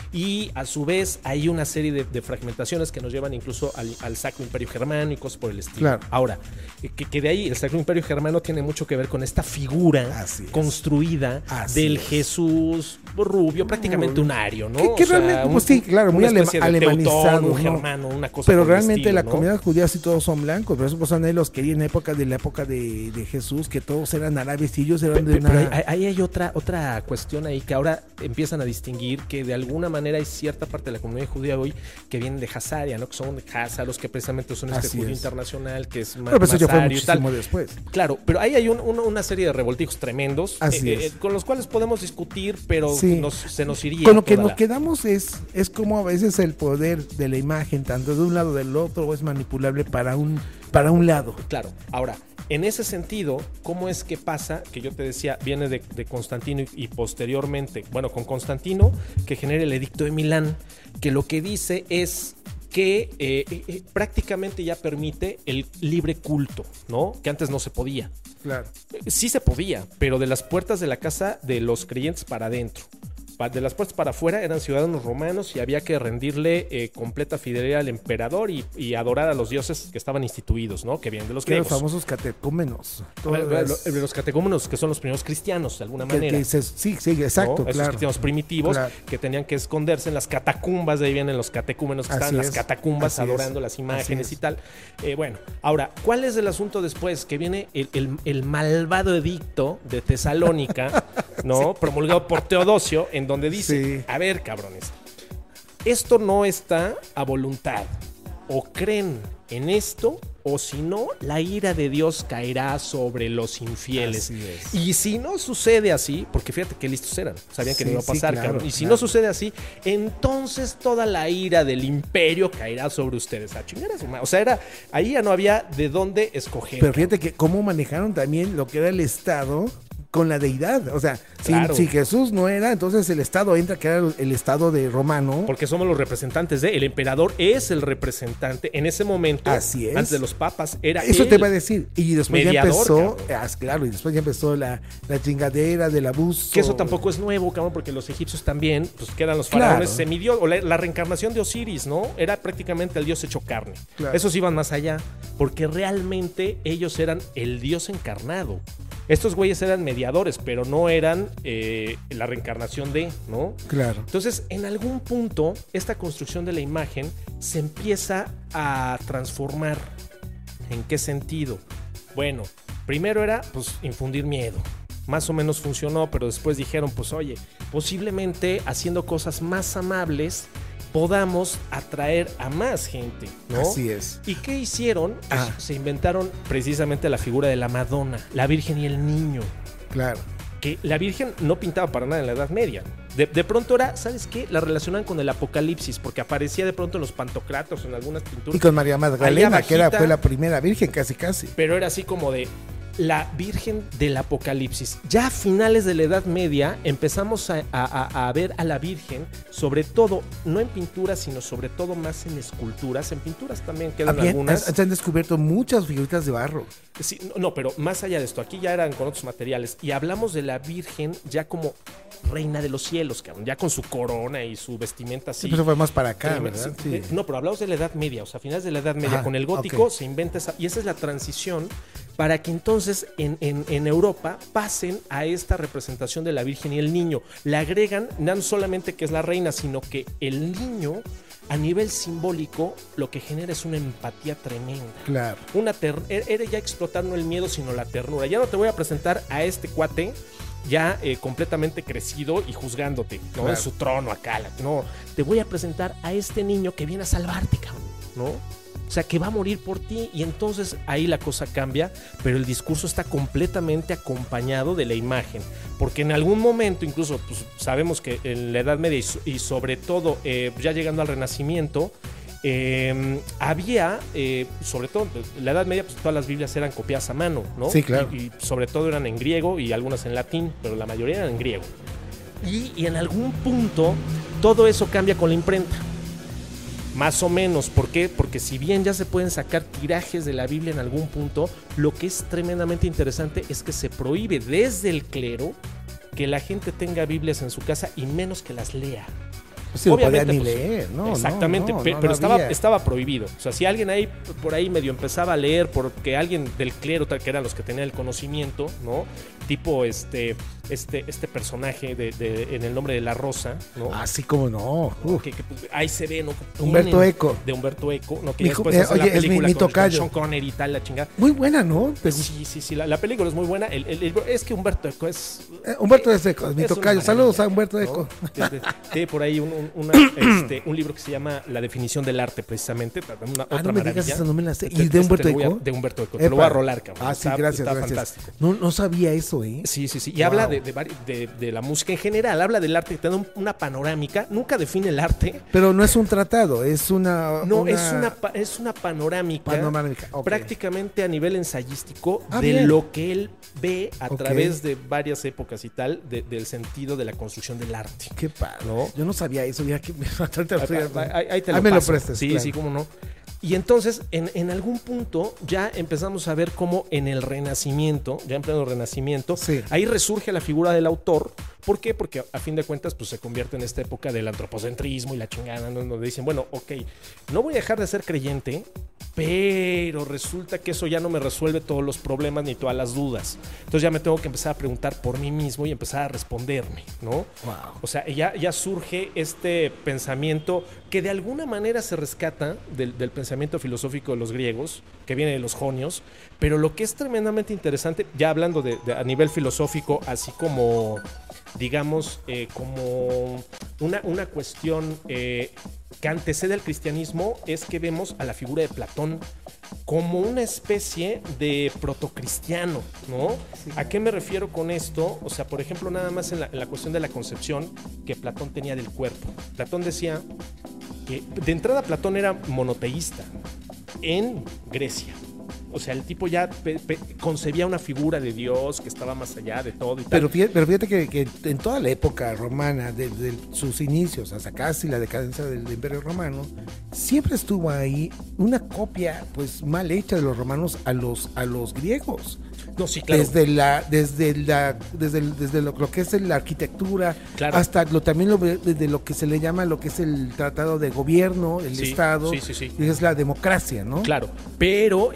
y a su vez hay una serie de, de fragmentaciones que nos llevan incluso al, al Sacro Imperio Germano y cosas por el estilo. Claro. Ahora, que, que de ahí el Sacro Imperio Germano tiene mucho que ver con esta figura Así es. construida Así del es. Jesús rubio, prácticamente un ario, ¿no? Que, que O sea, realmente, pues un- sí, claro, muy una alema- especie de alemanizado, teutón, un ¿no? germano, una cosa Pero por el realmente estilo, la ¿no? comunidad judía sí todos son blancos, por eso pues nadie los quería en época de la época de, de Jesús, que todos eran árabes y ellos eran de Pe- Pero una... ahí, ahí hay otra, otra cuestión ahí que ahora empiezan a distinguir que de alguna manera hay cierta parte de la comunidad judía hoy que vienen de Hazaria, ¿no? Que son házaros, que precisamente son este Así judío es. internacional que es más, Pero pues eso ya fue ario y tal. muchísimo después. Claro, pero ahí hay un- un- una serie de revoltijos tremendos Así eh, es. eh, con los cuales podemos discutir, pero Sí. nos- se nos iría. Con lo que toda nos la- quedamos es, es como a veces el poder de la imagen, tanto de un lado o del otro, es manipulable para un, para un lado. Claro, ahora, en ese sentido, ¿cómo es que pasa? Que yo te decía, viene de, de Constantino y, y posteriormente, bueno, con Constantino, que genera el Edicto de Milán, que lo que dice es que eh, eh, prácticamente ya permite el libre culto, ¿no? Que antes no se podía. Claro. Eh, Sí se podía, pero de las puertas de la casa de los creyentes para adentro. Pa- De las puertas para afuera eran ciudadanos romanos y había que rendirle eh, completa fidelidad al emperador y, y adorar a los dioses que estaban instituidos, ¿no? Que vienen de los Que los griegos. famosos catecúmenos. Todo Bueno, es- lo- de los catecúmenos, que son los primeros cristianos, de alguna que- manera. que se- sí, sí, ¿no? exacto, Esos claro. cristianos primitivos Claro. que tenían que esconderse en las catacumbas, de ahí vienen los catecúmenos que Así estaban en las es, catacumbas así adorando es, las así imágenes es. y tal. Eh, bueno, ahora, ¿cuál es el asunto después? Que viene el, el- el malvado edicto de Tesalónica, ¿no? Promulgado por Teodosio, en donde dice, Sí. a ver, cabrones, esto no está a voluntad. O creen en esto, o si no, la ira de Dios caerá sobre los infieles. Así es. Y si no sucede así, porque fíjate qué listos eran, sabían que Sí, no iba a sí, pasar, claro, cabrón. Y si claro. no sucede así, entonces toda la ira del imperio caerá sobre ustedes. A chingar a su madre. O sea, era, ahí ya no había de dónde escoger. Pero fíjate que cómo manejaron también lo que era el Estado con la deidad. O sea, si- Claro. si, Jesús no era, entonces el Estado entra, que era el, el Estado de romano. Porque somos los representantes de. El emperador es el representante en ese momento. Así es. Antes de los papas. Era Eso él. te iba a decir. Y después mediador, ya empezó, cabrón. ah, claro, y después ya empezó la, la chingadera del abuso. Que eso tampoco es nuevo, cabrón, porque los egipcios también, pues que eran los Claro. faraones semidios, o la, la reencarnación de Osiris, ¿no? Era prácticamente el dios hecho carne. Claro. Esos iban más allá, porque realmente ellos eran el dios encarnado. Estos güeyes eran mediadores, pero no eran eh, la reencarnación de, ¿no? Claro. Entonces, en algún punto, esta construcción de la imagen se empieza a transformar. ¿En qué sentido? Bueno, primero era, pues, infundir miedo. Más o menos funcionó, pero después dijeron, pues, oye, posiblemente haciendo cosas más amables podamos atraer a más gente, ¿no? Así es. ¿Y qué hicieron? Pues Ah. se inventaron precisamente la figura de la Madonna, la Virgen y el Niño. Claro. Que la Virgen no pintaba para nada en la Edad Media. De, de pronto era, ¿sabes qué? La relacionan con el Apocalipsis, porque aparecía de pronto en los pantocratos, en algunas pinturas. Y con María Magdalena, Ahí que era, abajita, fue la primera virgen, casi casi. pero era así como de la Virgen del Apocalipsis. Ya a finales de la Edad Media empezamos a, a, a ver a la Virgen, sobre todo, no en pinturas, sino sobre todo más en esculturas. En pinturas también quedan Habían- algunas. Se han descubierto muchas figuritas de barro. Sí, no, no, pero más allá de esto, aquí ya eran con otros materiales. Y hablamos de la Virgen ya como reina de los cielos, cabrón, ya con su corona y su vestimenta así. Sí, pero fue más para acá, Tremendo, ¿verdad? sí. Sí. No, pero hablamos de la Edad Media, o sea, a finales de la Edad Media. Ajá, Con el gótico ok. se inventa esa, y esa es la transición para que entonces en, en, en Europa pasen a esta representación de la Virgen y el Niño. Le agregan no solamente que es la reina, sino que el niño, a nivel simbólico, lo que genera es una empatía tremenda. Claro. Una ter era ya explotar no el miedo, sino la ternura. Ya no te voy a presentar a este cuate ya eh, completamente crecido y juzgándote, ¿no? Claro. En su trono acá. La, no, te voy a presentar a este niño que viene a salvarte, cabrón, ¿no? O sea, que va a morir por ti. Y entonces ahí la cosa cambia, pero el discurso está completamente acompañado de la imagen. Porque en algún momento, incluso pues, sabemos que en la Edad Media y, so y sobre todo eh, ya llegando al Renacimiento, eh, había, eh, sobre todo en la Edad Media, pues todas las Biblias eran copiadas a mano, ¿no? Sí, claro. Y, y sobre todo eran en griego y algunas en latín, pero la mayoría eran en griego. Y, y en algún punto todo eso cambia con la imprenta. Más o menos, ¿por qué? Porque si bien ya se pueden sacar tirajes de la Biblia en algún punto, lo que es tremendamente interesante es que se prohíbe desde el clero que la gente tenga Biblias en su casa y menos que las lea. Sí, no podía Obviamente, ni pues, leer, ¿no? Exactamente, no, no, pe- no, pero no estaba, había. estaba prohibido. O sea, si alguien ahí por ahí medio empezaba a leer porque alguien del clero, tal que eran los que tenían el conocimiento, ¿no? Tipo este, este, este personaje de, de, en El nombre de la rosa, ¿no? Así como no. ¿no? Uf. Que, que, pues, ahí se ve, ¿no? Humberto Tienen- Eco. De Humberto Eco, ¿no? Que Mi ya ju- después eh, hace la oye, es mi- película mi con- con tocayo. Sean Connery y tal, la chingada. Muy buena, ¿no? ¿Te gu- Sí, sí, sí, la, la película es muy buena. El, el- el- es que Humberto Eco es... Eh, Humberto es Eco, mi es una tocayo. Saludos maravilla, a Humberto ¿no? Eco. Tiene- Tiene por ahí un, un- una, este, un libro que se llama La definición del arte, precisamente. Una, Ah, otra no me digas maravilla. esa, no me la sé. Este- ¿Y de este Humberto te lo voy a- Eco? De Humberto Eco. Te lo voy a rolar, cabrón. Ah, sí, Está- gracias, está gracias. fantástico. No, no sabía eso, ¿eh? Sí, sí, sí. Y Wow. habla de, de, vari- de- de la música en general, habla del arte, te da un- una panorámica, nunca define el arte. Pero no es un tratado, es una. No, es, una, pa- es una panorámica, panorámica. Ok. prácticamente a nivel ensayístico Ah, de bien. lo que él ve a Ok. través de varias épocas y tal, de- del sentido de la construcción del arte. Qué padre. ¿No? Yo no sabía eso, ya que me ahorita lo estoy- Ahí, ahí- ahí te lo Ahí me lo paso. prestes, Sí, claro. sí, cómo no. Y entonces, en, en algún punto, ya empezamos a ver cómo en el Renacimiento, ya en pleno Renacimiento, Sí. ahí resurge la figura del autor. ¿Por qué? Porque a fin de cuentas, pues se convierte en esta época del antropocentrismo y la chingada, ¿no? Donde dicen, bueno, ok, no voy a dejar de ser creyente, pero resulta que eso ya no me resuelve todos los problemas ni todas las dudas. Entonces ya me tengo que empezar a preguntar por mí mismo y empezar a responderme, ¿no? Wow. O sea, ya, ya surge este pensamiento que de alguna manera se rescata del, del pensamiento filosófico de los griegos, que viene de los jonios, pero lo que es tremendamente interesante, ya hablando de, de- a nivel filosófico, así como, digamos, eh, como una, una cuestión eh, que antecede al cristianismo, es que vemos a la figura de Platón como una especie de protocristiano, ¿no? ¿A qué me refiero con esto? O sea, por ejemplo, nada más en la, en la cuestión de la concepción que Platón tenía del cuerpo. Platón decía que de entrada Platón era monoteísta en Grecia. O sea, el tipo ya pe- pe- concebía una figura de Dios que estaba más allá de todo y tal. Pero fíjate, pero fíjate que, que en toda la época romana, desde sus inicios hasta casi la decadencia del Imperio Romano, siempre estuvo ahí una copia pues mal hecha de los romanos a los, a los griegos. No, sí, claro. Desde la, desde la, desde, el- desde lo, lo que es la arquitectura, Claro. hasta lo, también lo, desde lo que se le llama lo que es el tratado de gobierno, el Sí, Estado, sí, sí, sí. y es la democracia, ¿no? Claro, pero el sentido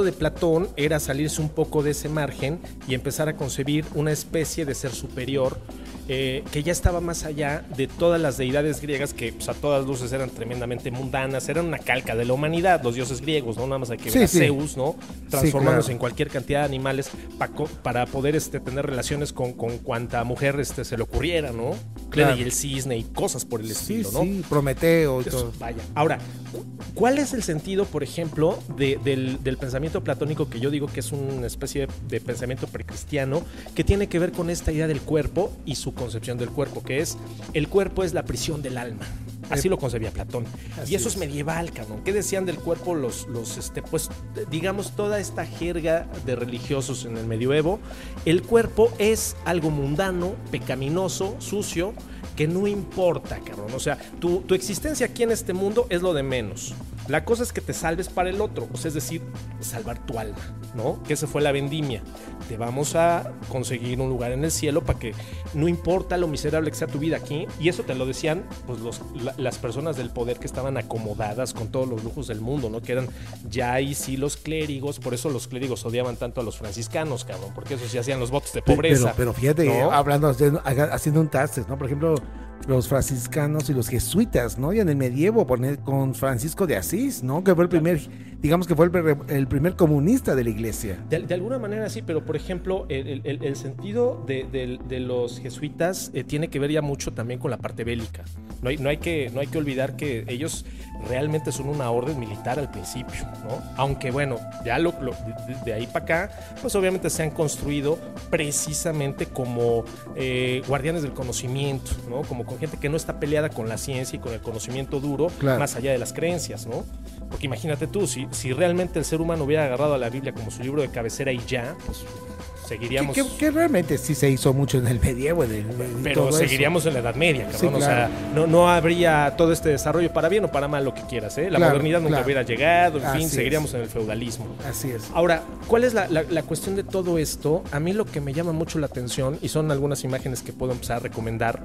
sentido de Platón era salirse un poco de ese margen y empezar a concebir una especie de ser superior eh, que ya estaba más allá de todas las deidades griegas que pues, a todas luces eran tremendamente mundanas, eran una calca de la humanidad, los dioses griegos, ¿no? Nada más hay que ver sí, a sí. Zeus, ¿no? Transformándose sí, claro. en cualquier cantidad de animales pa para poder este, tener relaciones con, con cuanta mujer este, se le ocurriera, ¿no? Claro. Y el cisne y cosas por el sí, estilo, ¿no? Sí, Prometeo y Eso, todo. Vaya. Ahora, ¿cuál es el sentido, por ejemplo, de, del, del pensamiento platónico que yo digo que es una especie de, de pensamiento precristiano que tiene que ver con esta idea del cuerpo y su concepción del cuerpo, que es el cuerpo es la prisión del alma? Así lo concebía Platón. Así y eso es. es medieval, cabrón. ¿Qué decían del cuerpo los, los este, pues, digamos, toda esta jerga de religiosos en el medioevo? El cuerpo es algo mundano, pecaminoso, sucio, que no importa, cabrón. O sea, tu, tu existencia aquí en este mundo es lo de menos. La cosa es que te salves para el otro, o sea, es decir, salvar tu alma, ¿no? Que esa fue la vendimia. Te vamos a conseguir un lugar en el cielo para que no importa lo miserable que sea tu vida aquí. Y eso te lo decían pues, los, la, las personas del poder que estaban acomodadas con todos los lujos del mundo, ¿no? Que eran ya ahí sí los clérigos. Por eso los clérigos odiaban tanto a los franciscanos, cabrón, porque esos sí hacían los votos de pobreza. Pero, pero fíjate, ¿no? hablando, haciendo un taste, ¿no? Por ejemplo, los franciscanos y los jesuitas, ¿no? Y en el medievo con Francisco de Asís, ¿no? Que fue el primer, digamos que fue el, el primer comunista de la iglesia. De, de alguna manera sí, pero por ejemplo, el, el, el sentido de, de, de los jesuitas eh, tiene que ver ya mucho también con la parte bélica. No hay, no hay que, no hay que olvidar que ellos realmente son una orden militar al principio, ¿no? Aunque bueno, ya lo, lo, de, de ahí para acá, pues obviamente se han construido precisamente como eh, guardianes del conocimiento, ¿no? Como con gente que no está peleada con la ciencia y con el conocimiento duro, claro. Más allá de las creencias, ¿no? Porque imagínate tú, si, si realmente el ser humano hubiera agarrado a la Biblia como su libro de cabecera y ya, pues seguiríamos... Que, que, que realmente sí se hizo mucho en el medievo. En el, en pero todo seguiríamos eso. En la Edad Media, cabrón. Sí, claro. O sea, no, no habría todo este desarrollo para bien o para mal, lo que quieras, ¿eh? La claro, modernidad nunca claro. hubiera llegado, en Así fin, es. seguiríamos en el feudalismo. Así es. Ahora, ¿cuál es la, la, la cuestión de todo esto? A mí lo que me llama mucho la atención, y son algunas imágenes que puedo empezar a recomendar,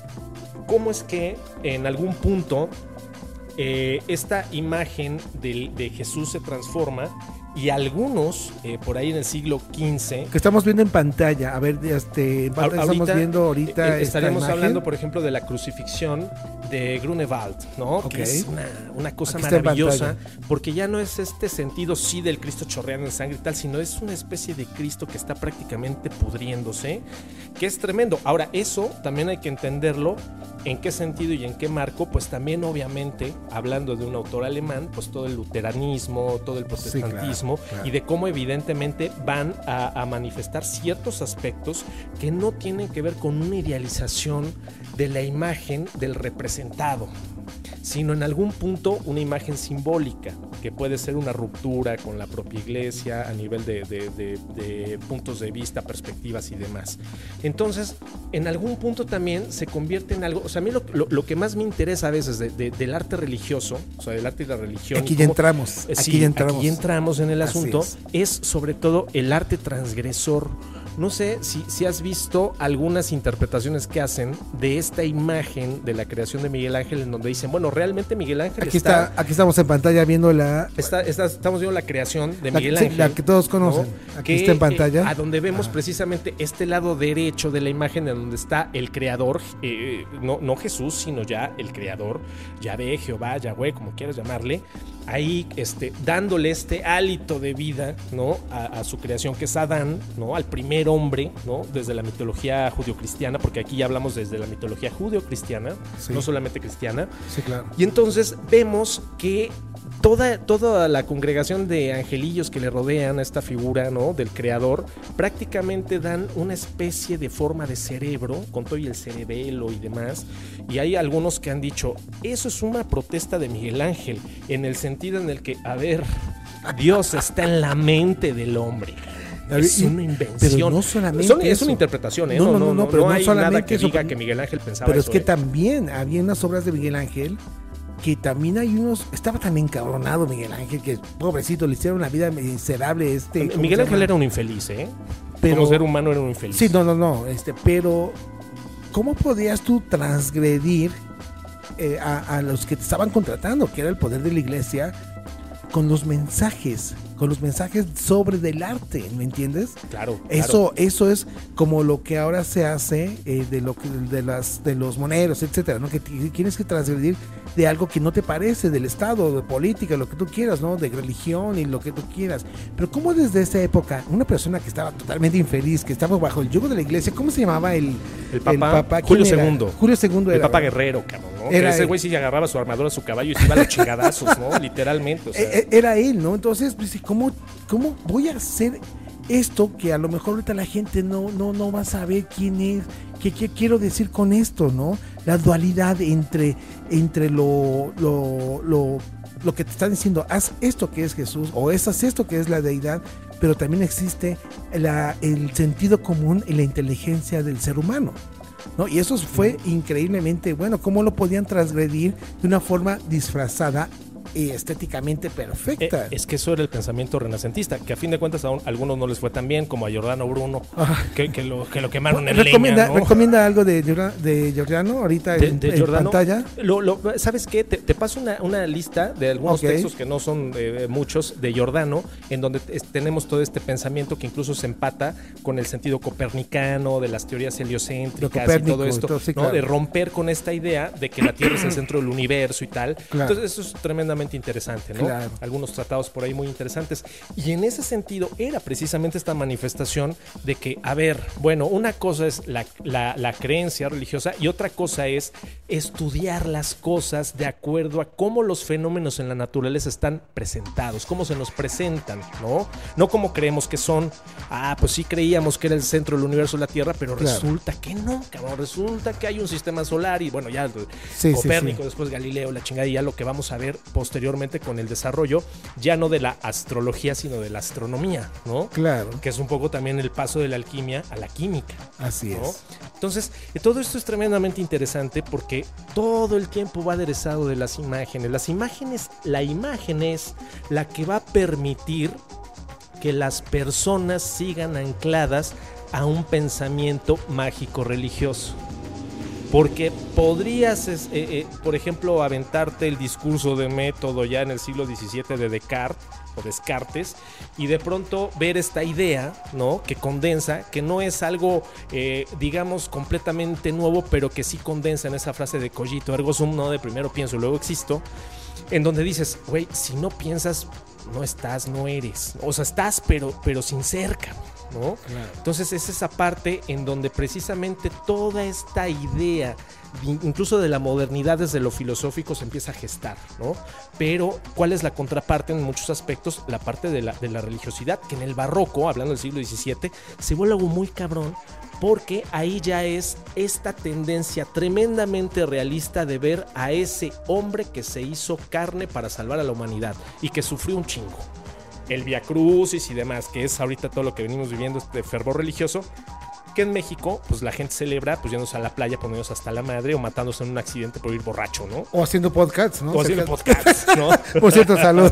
cómo es que en algún punto eh, esta imagen de, de Jesús se transforma y algunos eh, por ahí en el siglo quince que estamos viendo en pantalla, a ver, este, ahorita, estamos viendo ahorita eh, estaríamos hablando, por ejemplo, de la crucifixión de Grunewald, ¿no? Okay. Que es una, una cosa Aquí maravillosa, porque ya no es este sentido sí del Cristo chorreando en sangre y tal, sino es una especie de Cristo que está prácticamente pudriéndose, que es tremendo. Ahora, eso también hay que entenderlo en qué sentido y en qué marco, pues también obviamente, hablando de un autor alemán, pues todo el luteranismo, todo el protestantismo, sí, claro, claro. Y de cómo evidentemente van a, a manifestar ciertos aspectos que no tienen que ver con una idealización de la imagen del representado, sino en algún punto una imagen simbólica, que puede ser una ruptura con la propia iglesia a nivel de, de, de, de puntos de vista, perspectivas y demás. Entonces, en algún punto también se convierte en algo, o sea, a mí lo, lo, lo que más me interesa a veces de, de, del arte religioso, o sea, del arte y la religión. Aquí ya cómo, entramos, eh, sí, aquí ya entramos. Aquí entramos en el asunto, es. es sobre todo el arte transgresor. No sé si, si has visto algunas interpretaciones que hacen de esta imagen de la creación de Miguel Ángel, en donde dicen, bueno, realmente Miguel Ángel aquí está... está aquí estamos en pantalla viendo la... Está, está, estamos viendo la creación de la, Miguel sí, Ángel. La que todos conocen. ¿No? Aquí que, está en pantalla. Eh, a donde vemos Ajá. precisamente este lado derecho de la imagen, en donde está el creador, eh, no, no Jesús, sino ya el creador, Yahvé, Jehová, Yahweh, como quieras llamarle, ahí este, dándole este hálito de vida, ¿no? A, a su creación, que es Adán, ¿no? Al primer hombre, ¿no? Desde la mitología judio-cristiana, porque aquí ya hablamos desde la mitología judio-cristiana, sí. No solamente cristiana. Sí, claro. Y entonces vemos que toda, toda la congregación de angelillos que le rodean a esta figura, ¿no? Del creador, prácticamente dan una especie de forma de cerebro, con todo y el cerebelo y demás. Y hay algunos que han dicho, eso es una protesta de Miguel Ángel, en el sentido en el que, a ver, Dios está en la mente del hombre. Es una invención. Pero no solamente Son, es eso. una interpretación, ¿eh? No, no, no, no, no, pero no no hay solamente nada que eso, diga que Miguel Ángel pensaba pero eso. Pero es que ¿eh? también había unas obras de Miguel Ángel que también hay unos... Estaba tan encabronado Miguel Ángel que, pobrecito, le hicieron una vida miserable. Este, Miguel Ángel era un infeliz, ¿eh? Pero, como ser humano era un infeliz. Sí, no, no, no. Este, pero, ¿cómo podías tú transgredir eh, a, a los que te estaban contratando, que era el poder de la iglesia, con los mensajes con los mensajes sobre del arte, ¿me entiendes? Claro. Eso, claro. eso es como lo que ahora se hace eh, de lo que de las de los moneros, etcétera, ¿no? Que t- tienes que transgredir de algo que no te parece, del Estado, de política, lo que tú quieras, ¿no? De religión y lo que tú quieras. Pero cómo desde esa época, una persona que estaba totalmente infeliz, que estaba bajo el yugo de la iglesia, ¿cómo se llamaba el, el Papa? el Papa? Julio era? segundo. Julio segundo era. El Papa Guerrero, cabrón, ¿no? Era ese él. güey sí agarraba su armadura, su caballo y se iba a los chingadazos, ¿no? Literalmente, o sea. Era él, ¿no? Entonces, pues, ¿cómo, cómo voy a hacer esto que a lo mejor ahorita la gente no, no, no va a saber quién es? ¿Qué, qué quiero decir con esto, no? La dualidad entre, entre lo, lo, lo, lo que te están diciendo, haz esto que es Jesús, o haz esto que es la deidad, pero también existe la, el sentido común y la inteligencia del ser humano, ¿no? Y eso fue increíblemente bueno, cómo lo podían transgredir de una forma disfrazada y estéticamente perfecta. Eh, es que eso era el pensamiento renacentista, que a fin de cuentas a, un, a algunos no les fue tan bien, como a Giordano Bruno, ah. que, que, lo, que lo quemaron en recomienda, leña, ¿no? ¿Recomienda algo de, de Giordano ahorita de, en, de Giordano, en pantalla? Lo, lo, ¿Sabes qué? Te, te paso una, una lista de algunos okay. textos que no son eh, muchos de Giordano, en donde es, tenemos todo este pensamiento que incluso se empata con el sentido copernicano, de las teorías heliocéntricas y todo esto, todo, sí, ¿no? Claro. De romper con esta idea de que la Tierra es el centro del universo y tal. Claro. Entonces eso es tremendamente interesante, ¿no? Claro. Algunos tratados por ahí muy interesantes. Y en ese sentido era precisamente esta manifestación de que, a ver, bueno, una cosa es la, la, la creencia religiosa y otra cosa es estudiar las cosas de acuerdo a cómo los fenómenos en la naturaleza están presentados, cómo se nos presentan, ¿no? No como creemos que son, ah, pues sí creíamos que era el centro del universo la Tierra, pero claro. resulta que no, cabrón, resulta que hay un sistema solar y bueno, ya sí, Copérnico, sí, sí. después Galileo, la chingada, y ya lo que vamos a ver posteriormente con el desarrollo, ya no de la astrología, sino de la astronomía, ¿no? Claro. Que es un poco también el paso de la alquimia a la química. Así ¿no? es. Entonces, todo esto es tremendamente interesante porque todo el tiempo va aderezado de las imágenes. Las imágenes, la imagen es la que va a permitir que las personas sigan ancladas a un pensamiento mágico religioso. Porque podrías, eh, eh, por ejemplo, aventarte el discurso de método ya en el siglo diecisiete de Descartes o Descartes y de pronto ver esta idea, ¿no? Que condensa, que no es algo, eh, digamos, completamente nuevo, pero que sí condensa en esa frase de cogito ergo sum, ¿no? De primero pienso, luego existo, en donde dices, güey, si no piensas, no estás, no eres. O sea, estás, pero, pero sin ser, cabrón, ¿no? Claro. Entonces es esa parte en donde precisamente toda esta idea, incluso de la modernidad desde lo filosófico, se empieza a gestar, ¿no? Pero ¿cuál es la contraparte en muchos aspectos? La parte de la, de la religiosidad, que en el barroco, hablando del siglo diecisiete, se vuelve algo muy cabrón, porque ahí ya es esta tendencia tremendamente realista de ver a ese hombre que se hizo carne para salvar a la humanidad y que sufrió un chingo. El Vía Crucis y demás, que es ahorita todo lo que venimos viviendo, este fervor religioso, que en México, pues la gente celebra pues yéndose a la playa, poniéndose hasta la madre o matándose en un accidente por ir borracho, ¿no? O haciendo podcasts, ¿no? O haciendo podcasts, ¿no? Por cierto, salud.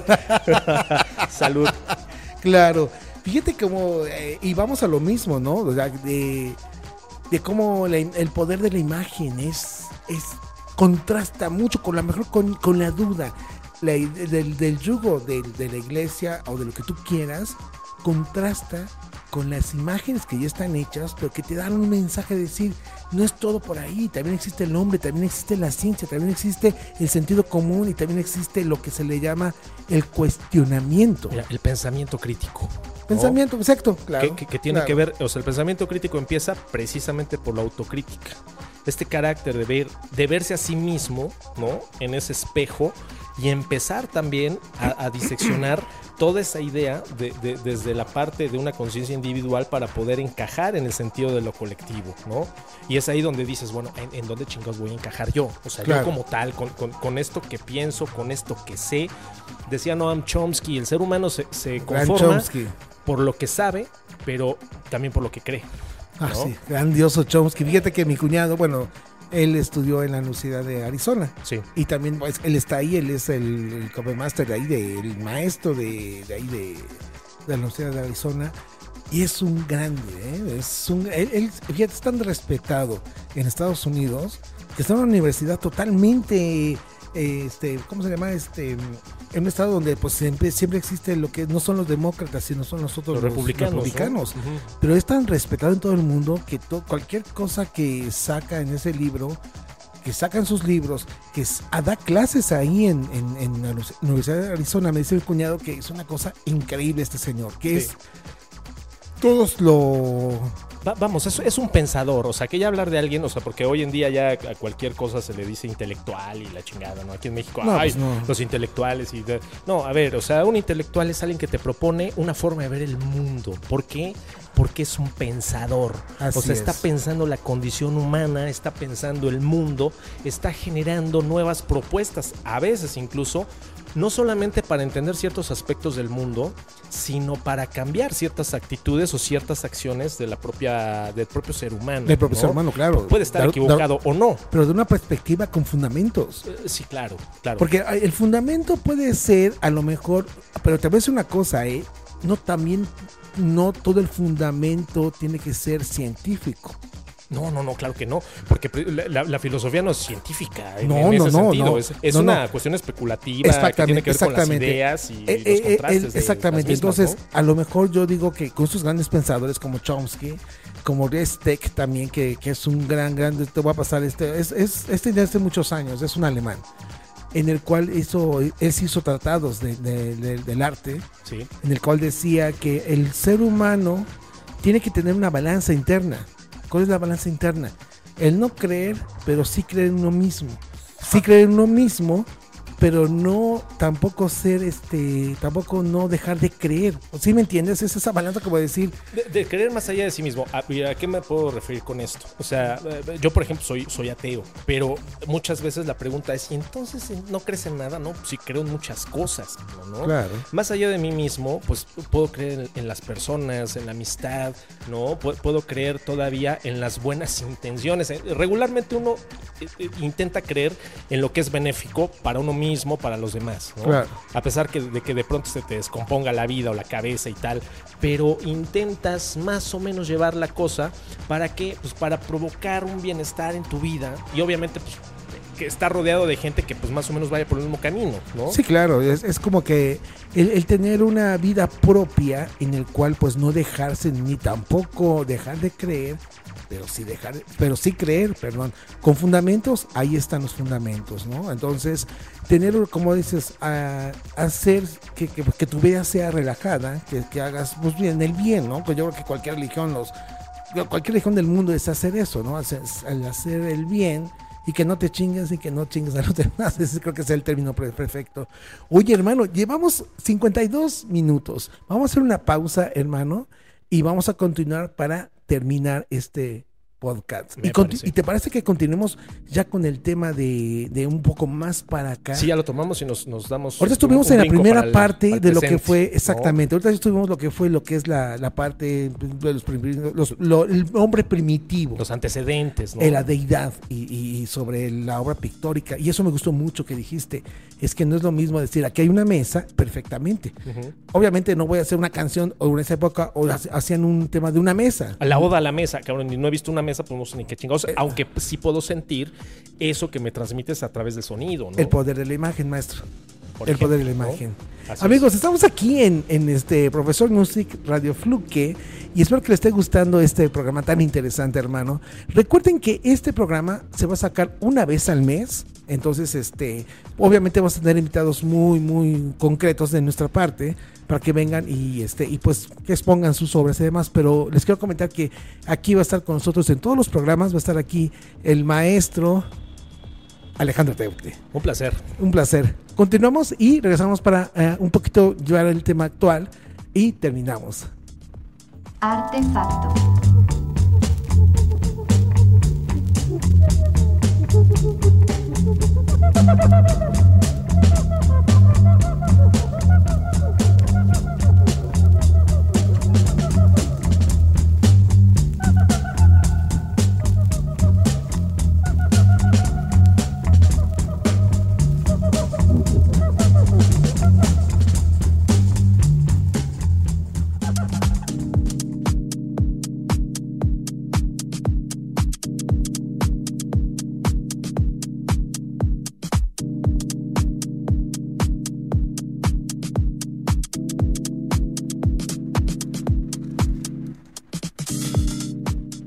Salud. Claro. Fíjate cómo, eh, y vamos a lo mismo, ¿no? O sea, de, de cómo la, el poder de la imagen es, es contrasta mucho con la mejor, con, con la duda. La, del, del yugo de, de la iglesia o de lo que tú quieras, contrasta con las imágenes que ya están hechas, pero que te dan un mensaje de decir, no es todo por ahí, también existe el hombre, también existe la ciencia, también existe el sentido común y también existe lo que se le llama el cuestionamiento. Mira, el pensamiento crítico. Pensamiento, ¿no? Exacto, claro. Que, que, que tiene claro. que ver, o sea, el pensamiento crítico empieza precisamente por la autocrítica. Este carácter de ver, de verse a sí mismo, ¿no? En ese espejo y empezar también a, a diseccionar toda esa idea de, de, desde la parte de una conciencia individual para poder encajar en el sentido de lo colectivo, ¿no? Y es ahí donde dices, bueno, ¿en, en dónde chingados voy a encajar yo? O sea, claro. yo como tal, con, con, con esto que pienso, con esto que sé. Decía Noam Chomsky, el ser humano se, se conforma por lo que sabe, pero también por lo que cree, ¿no? Ah, sí, grandioso Chomsky. Fíjate que mi cuñado, bueno, él estudió en la Universidad de Arizona. Sí. Y también, pues, él está ahí, él es el, el Copemaster de ahí, de, el maestro de, de ahí de, de la Universidad de Arizona. Y es un grande, ¿eh? Es un, él, él, fíjate, es tan respetado en Estados Unidos que está en una universidad totalmente, este, ¿cómo se llama? Este, en un estado donde pues siempre, siempre existe lo que no son los demócratas, sino son nosotros los, los republicanos, republicanos. ¿no? Uh-huh. Pero es tan respetado en todo el mundo que to, cualquier cosa que saca en ese libro, que sacan sus libros, que es, a, da clases ahí en, en, en la Universidad de Arizona, me dice el cuñado que es una cosa increíble este señor, que sí. es todos lo... Va, vamos, es, es un pensador, o sea, que ya hablar de alguien, o sea, porque hoy en día ya a cualquier cosa se le dice intelectual y la chingada, ¿no? Aquí en México, no, ay, pues no. los intelectuales y... De, no, a ver, o sea, un intelectual es alguien que te propone una forma de ver el mundo. ¿Por qué? Porque es un pensador. Así o sea, está es. pensando la condición humana, está pensando el mundo, está generando nuevas propuestas, a veces incluso, no solamente para entender ciertos aspectos del mundo, sino para cambiar ciertas actitudes o ciertas acciones de la propia, del propio ser humano. Del propio ¿no? ser humano, claro. Puede estar dar, equivocado dar, o no. Pero de una perspectiva con fundamentos. Eh, sí, claro, claro. Porque el fundamento puede ser, a lo mejor, pero te voy a decir una cosa, ¿eh? No, también, no todo el fundamento tiene que ser científico. No, no, no, claro que no, porque la, la, la filosofía no es científica en, no, en ese no, sentido, no, es, es no, una no. cuestión especulativa que tiene que ver con las ideas y eh, los eh, contrastes. Eh, de exactamente, las mismas, entonces ¿no? a lo mejor yo digo que con sus grandes pensadores como Chomsky, como Restek también, que, que es un gran, gran, te voy a pasar este, es, es, este de hace muchos años, es un alemán, en el cual hizo, él hizo tratados de, de, de, del arte, sí. en el cual decía que el ser humano tiene que tener una balanza interna. ¿Cuál es la balanza interna? El no creer, pero sí creer en uno mismo. Sí creer en uno mismo, pero no tampoco ser, este, tampoco no dejar de creer. ¿Sí me entiendes? Es esa balanza como decir... De, de creer más allá de sí mismo. ¿A, ¿A qué me puedo referir con esto? O sea, yo por ejemplo soy, soy ateo, pero muchas veces la pregunta es, ¿y entonces no crees en nada? No, sí creo en muchas cosas, ¿no? Claro. Más allá de mí mismo, pues puedo creer en, en las personas, en la amistad, ¿no? Puedo, puedo creer todavía en las buenas intenciones. Regularmente uno eh, intenta creer en lo que es benéfico para uno mismo, mismo para los demás, ¿no? Claro. A pesar que, de que de pronto se te descomponga la vida o la cabeza y tal, pero intentas más o menos llevar la cosa para que, pues para provocar un bienestar en tu vida y obviamente pues que está rodeado de gente que pues más o menos vaya por el mismo camino, ¿no? Sí, claro, es, es como que el, el tener una vida propia en el cual pues no dejarse ni tampoco dejar de creer, pero sí dejar, pero sí creer, perdón, con fundamentos, ahí están los fundamentos, ¿no? Entonces, tener, como dices, a, hacer que, que, que tu vida sea relajada, que, que hagas pues bien el bien, ¿no? Pues yo creo que cualquier religión, los, cualquier religión del mundo es hacer eso, ¿no? Hacer, al hacer el bien y que no te chingues y que no chingues a los demás, ese creo que es el término perfecto. Oye, hermano, llevamos cincuenta y dos minutos, vamos a hacer una pausa, hermano, y vamos a continuar para terminar este podcast. Y, conti- ¿Y te parece que continuemos ya con el tema de, de un poco más para acá? Sí, ya lo tomamos y nos, nos damos. Ahorita estuvimos un, un en la primera el, parte de lo que fue, exactamente. ¿No? Ahorita estuvimos lo que fue lo que es la, la parte de los, los lo, el hombre primitivo. Los antecedentes, ¿no? La deidad y, y sobre la obra pictórica. Y eso me gustó mucho que dijiste. Es que no es lo mismo decir, aquí hay una mesa, perfectamente. Uh-huh. Obviamente no voy a hacer una canción o en esa época o hacían un tema de una mesa. La oda a la mesa, cabrón, y no he visto una mesa, pues no sé ni qué chingados, eh, aunque sí puedo sentir eso que me transmites a través del sonido, ¿no? El poder de la imagen, maestro. Por el ejemplo, poder de la imagen. ¿no? Amigos, es. Estamos aquí en, en este Profesor Music Radio Fluke y espero que les esté gustando este programa tan interesante, hermano. Recuerden que este programa se va a sacar una vez al mes, entonces este, obviamente vamos a tener invitados muy, muy concretos de nuestra parte para que vengan y este y pues que expongan sus obras y demás, pero les quiero comentar que aquí va a estar con nosotros en todos los programas, va a estar aquí el maestro Alejandro Teute. Un placer. Un placer. Continuamos y regresamos para uh, un poquito llevar el tema actual y terminamos. Artefacto.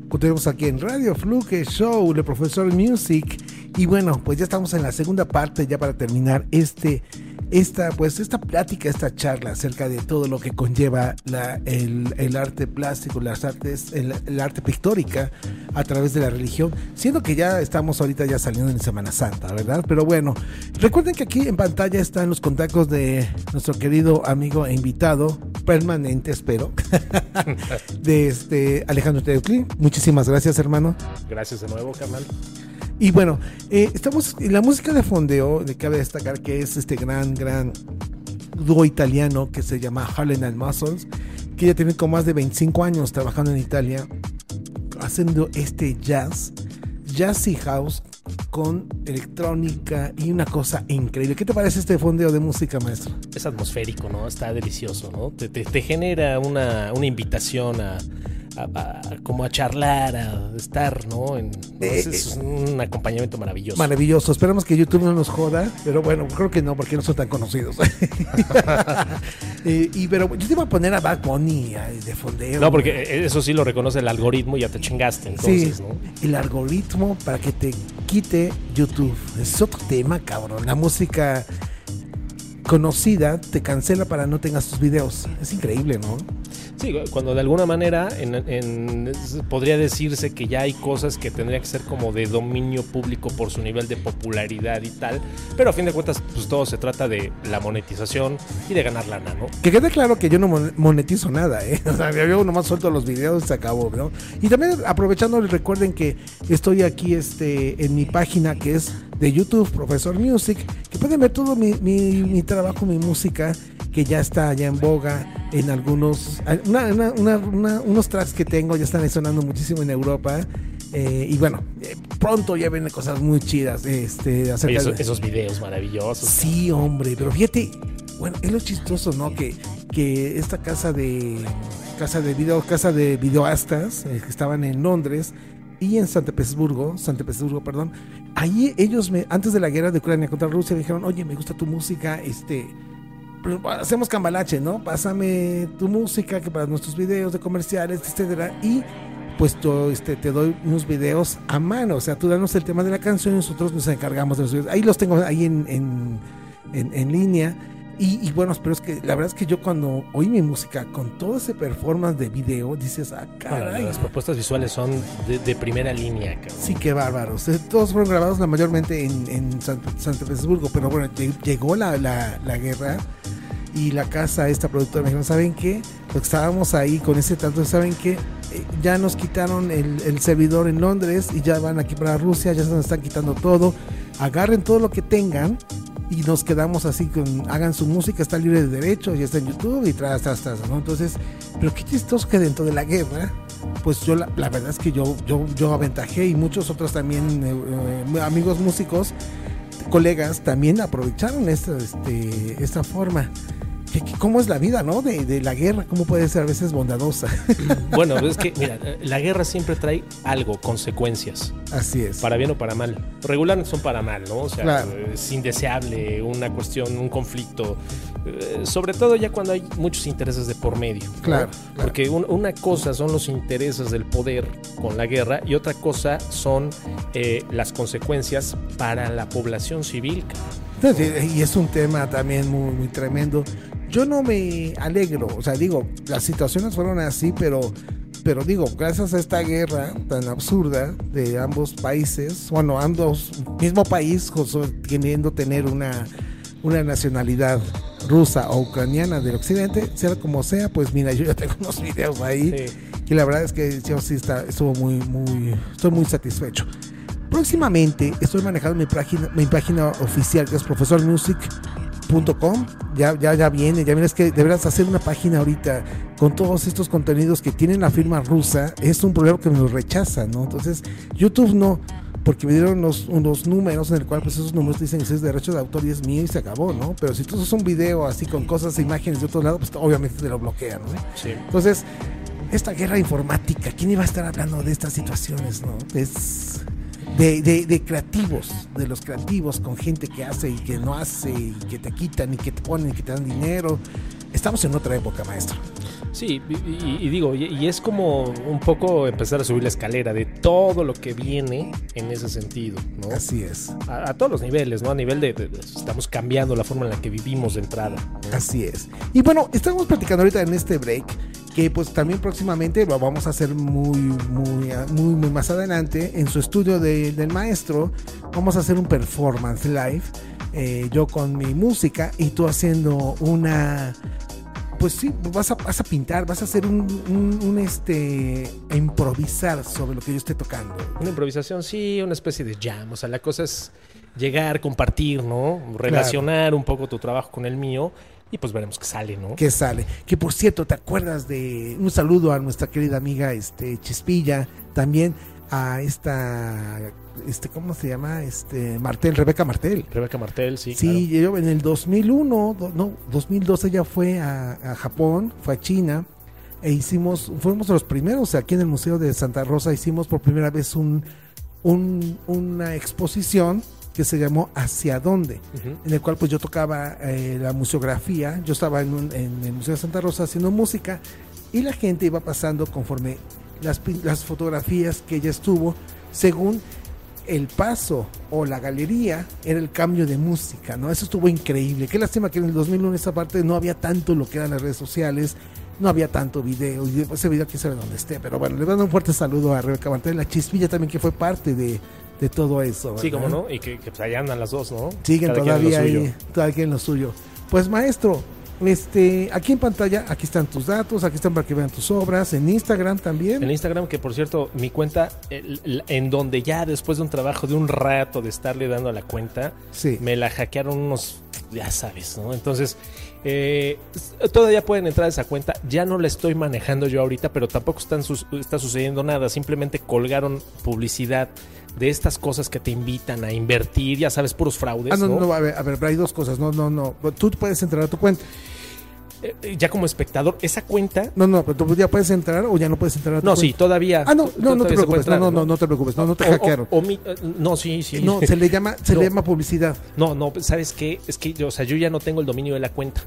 Continuamos aquí en Radio Fluke Show, el profesor Music. Y bueno, pues ya estamos en la segunda parte, ya para terminar este, esta, pues esta plática, esta charla acerca de todo lo que conlleva la, el, el arte plástico, las artes, el, el arte pictórica a través de la religión, siendo que ya estamos ahorita ya saliendo en Semana Santa, ¿verdad? Pero bueno, recuerden que aquí en pantalla están los contactos de nuestro querido amigo e invitado permanente, espero, de este Alejandro Teoclí. Muchísimas gracias, hermano. Gracias de nuevo, carnal. Y bueno, eh, estamos en la música de fondeo, de cabe destacar que es este gran, gran dúo italiano que se llama Harlem and Muscles, que ya tiene como más de veinticinco años trabajando en Italia, haciendo este jazz, jazzy house con electrónica y una cosa increíble. ¿Qué te parece este fondeo de música, maestro? Es atmosférico, ¿no? Está delicioso, ¿no? Te, te, te genera una, una invitación a... A, a, como a charlar, a estar, ¿no? En, ¿no? Eh, es, es un acompañamiento maravilloso. Maravilloso. Esperamos que YouTube no nos joda, pero bueno, creo que no, porque no son tan conocidos. eh, y pero yo te iba a poner a Bad Bunny de fondeo. No, porque eso sí lo reconoce el algoritmo y ya te chingaste, entonces, sí, ¿no? El algoritmo para que te quite YouTube. Es otro tema, cabrón. La música conocida te cancela para no tengas tus videos. Es increíble, ¿no? Sí, cuando de alguna manera en, en, podría decirse que ya hay cosas que tendrían que ser como de dominio público por su nivel de popularidad y tal, pero a fin de cuentas pues todo se trata de la monetización y de ganar lana, ¿no? Que quede claro que yo no monetizo nada, ¿eh? O sea, yo nomás suelto los videos y se acabó, ¿no? Y también aprovechando, recuerden que estoy aquí este, en mi página que es de YouTube, Profesor Music, que pueden ver todo mi, mi, mi trabajo, mi música, que ya está allá en boga en algunos, una, una, una, una, unos tracks que tengo ya están sonando muchísimo en Europa, eh, y bueno, eh, pronto ya vienen cosas muy chidas, este, acerca Oye, eso, de esos videos maravillosos. Sí, hombre, pero fíjate, bueno, es lo chistoso, ¿no? Que, que esta casa de casa de video, casa de videoastas eh, que estaban en Londres y en San Petersburgo, San Petersburgo, perdón, ahí ellos me, antes de la guerra de Ucrania contra Rusia, me dijeron, oye, me gusta tu música, este, hacemos cambalache, ¿no? Pásame tu música que para nuestros videos de comerciales, etcétera, y pues yo este, te doy unos videos a mano, o sea, tú danos el tema de la canción y nosotros nos encargamos de los videos. Ahí los tengo ahí en, en, en, en línea. Y, y bueno, pero es que la verdad es que yo cuando oí mi música con todo ese performance de video, dices, ah, caray. Bueno, las propuestas visuales son de, de primera línea, cabrón. Sí, qué bárbaros. Todos fueron grabados la mayormente en, en San, San Petersburgo, pero bueno, llegó la, la, la guerra y la casa, esta productora me dijeron, ¿saben qué? Porque estábamos ahí con ese tanto, ¿saben qué? Eh, ya nos quitaron el, el servidor en Londres y ya van aquí para Rusia, ya se nos están quitando todo. Agarren todo lo que tengan y nos quedamos así con, hagan su música, está libre de derechos, ya está en YouTube y tras, tras, tras, ¿no? Entonces, pero qué chistoso que dentro de la guerra, pues yo, la, la verdad es que yo, yo, yo aventajé y muchos otros también, eh, eh, amigos músicos, colegas, también aprovecharon esta, este, esta forma. ¿Cómo es la vida, no? De, de la guerra, ¿cómo puede ser a veces bondadosa? Bueno, es que, mira, la guerra siempre trae algo, consecuencias. Así es. Para bien o para mal. Regularmente son para mal, ¿no? O sea, claro. Es indeseable una cuestión, un conflicto. Eh, sobre todo ya cuando hay muchos intereses de por medio. ¿no? Claro, claro. Porque un, una cosa son los intereses del poder con la guerra y otra cosa son eh, las consecuencias para la población civil. Entonces, y es un tema también muy, muy tremendo. Yo no me alegro, o sea, digo, las situaciones fueron así, pero, pero digo, gracias a esta guerra tan absurda de ambos países, bueno, ambos, mismo país, queriendo tener una, una nacionalidad rusa o ucraniana del occidente, sea como sea, pues mira, yo ya tengo unos videos ahí, sí. Y la verdad es que yo sí está, estuvo muy, muy, estoy muy satisfecho. Próximamente estoy manejando mi página, mi página oficial, que es profesor music punto com. Ya, ya, ya viene, ya vienes que deberás hacer una página ahorita con todos estos contenidos que tienen la firma rusa. Es un problema que me lo rechazan, ¿no? Entonces, YouTube no, porque me dieron unos, unos números en el cual pues esos números dicen que es derecho de autor y es mío y se acabó, ¿no? Pero si tú haces un video así con cosas, imágenes de otro lado, pues obviamente te lo bloquean, ¿no? Sí. Entonces, esta guerra informática, ¿quién iba a estar hablando de estas situaciones, no? Es... De, de, de creativos, de los creativos con gente que hace y que no hace y que te quitan y que te ponen y que te dan dinero. Estamos en otra época, maestro. Sí, y, y, y digo, y, y es como un poco empezar a subir la escalera de todo lo que viene en ese sentido, ¿no? Así es. A, a todos los niveles, ¿no? A nivel de, de, de estamos cambiando la forma en la que vivimos de entrada, ¿no? Así es. Y bueno, estamos platicando ahorita en este break que pues también próximamente lo vamos a hacer muy, muy, muy, muy más adelante en su estudio de, del maestro. Vamos a hacer un performance live, eh, yo con mi música y tú haciendo una... Pues sí, vas a, vas a pintar, vas a hacer un, un, un este, a improvisar sobre lo que yo esté tocando. Una improvisación, sí, una especie de jam. O sea, la cosa es llegar, compartir, ¿no? Relacionar claro. un poco tu trabajo con el mío y pues veremos qué sale, ¿no? Qué sale. Que por cierto, ¿te acuerdas de un saludo a nuestra querida amiga este, Chispilla? También a esta... Este, ¿cómo se llama? Este, Martel, Rebeca Martel. Rebeca Martel, sí. Sí, claro. yo en el dos mil uno, do, no, dos mil doce ella fue a, a Japón, fue a China e hicimos, fuimos los primeros aquí en el Museo de Santa Rosa, hicimos por primera vez un, un una exposición que se llamó ¿Hacia dónde? Uh-huh. En el cual pues yo tocaba eh, la museografía, yo estaba en, un, en el Museo de Santa Rosa haciendo música y la gente iba pasando conforme las, las fotografías que ella estuvo, según el paso o la galería era el cambio de música, ¿no? Eso estuvo increíble. Qué lástima que en el dos mil uno esa parte no había tanto lo que eran las redes sociales, no había tanto video, y ese video quién sabe dónde esté, pero bueno, le mando un fuerte saludo a Rebeca Martel, la Chispilla también que fue parte de, de todo eso, ¿verdad? Sí, como no, y que, que pues allá andan las dos, ¿no? Siguen cada todavía ahí, cada quien lo suyo. Pues maestro, Este, aquí en pantalla, aquí están tus datos, aquí están para que vean tus obras, en Instagram también. En Instagram, que por cierto, mi cuenta, el, en donde ya después de un trabajo de un rato de estarle dando a la cuenta, sí. me la hackearon unos, ya sabes, ¿no? Entonces, eh, todavía pueden entrar a esa cuenta, ya no la estoy manejando yo ahorita, pero tampoco están su, está sucediendo nada, simplemente colgaron publicidad de estas cosas que te invitan a invertir, ya sabes, puros fraudes. Ah, no, no, no, a ver, a ver, hay dos cosas, no, no, no, tú puedes entrar a tu cuenta. Eh, ya como espectador, esa cuenta... No, no, pero tú ya puedes entrar o ya no puedes entrar a tu No, cuenta. sí, todavía... Ah, no, no, no te preocupes, entrar, no, no, no, no te preocupes, no, no te o, hackearon. O, o mi, no, sí, sí. No, se le llama, se no. le llama publicidad. No, no, ¿sabes qué? Es que yo, o sea, yo ya no tengo el dominio de la cuenta.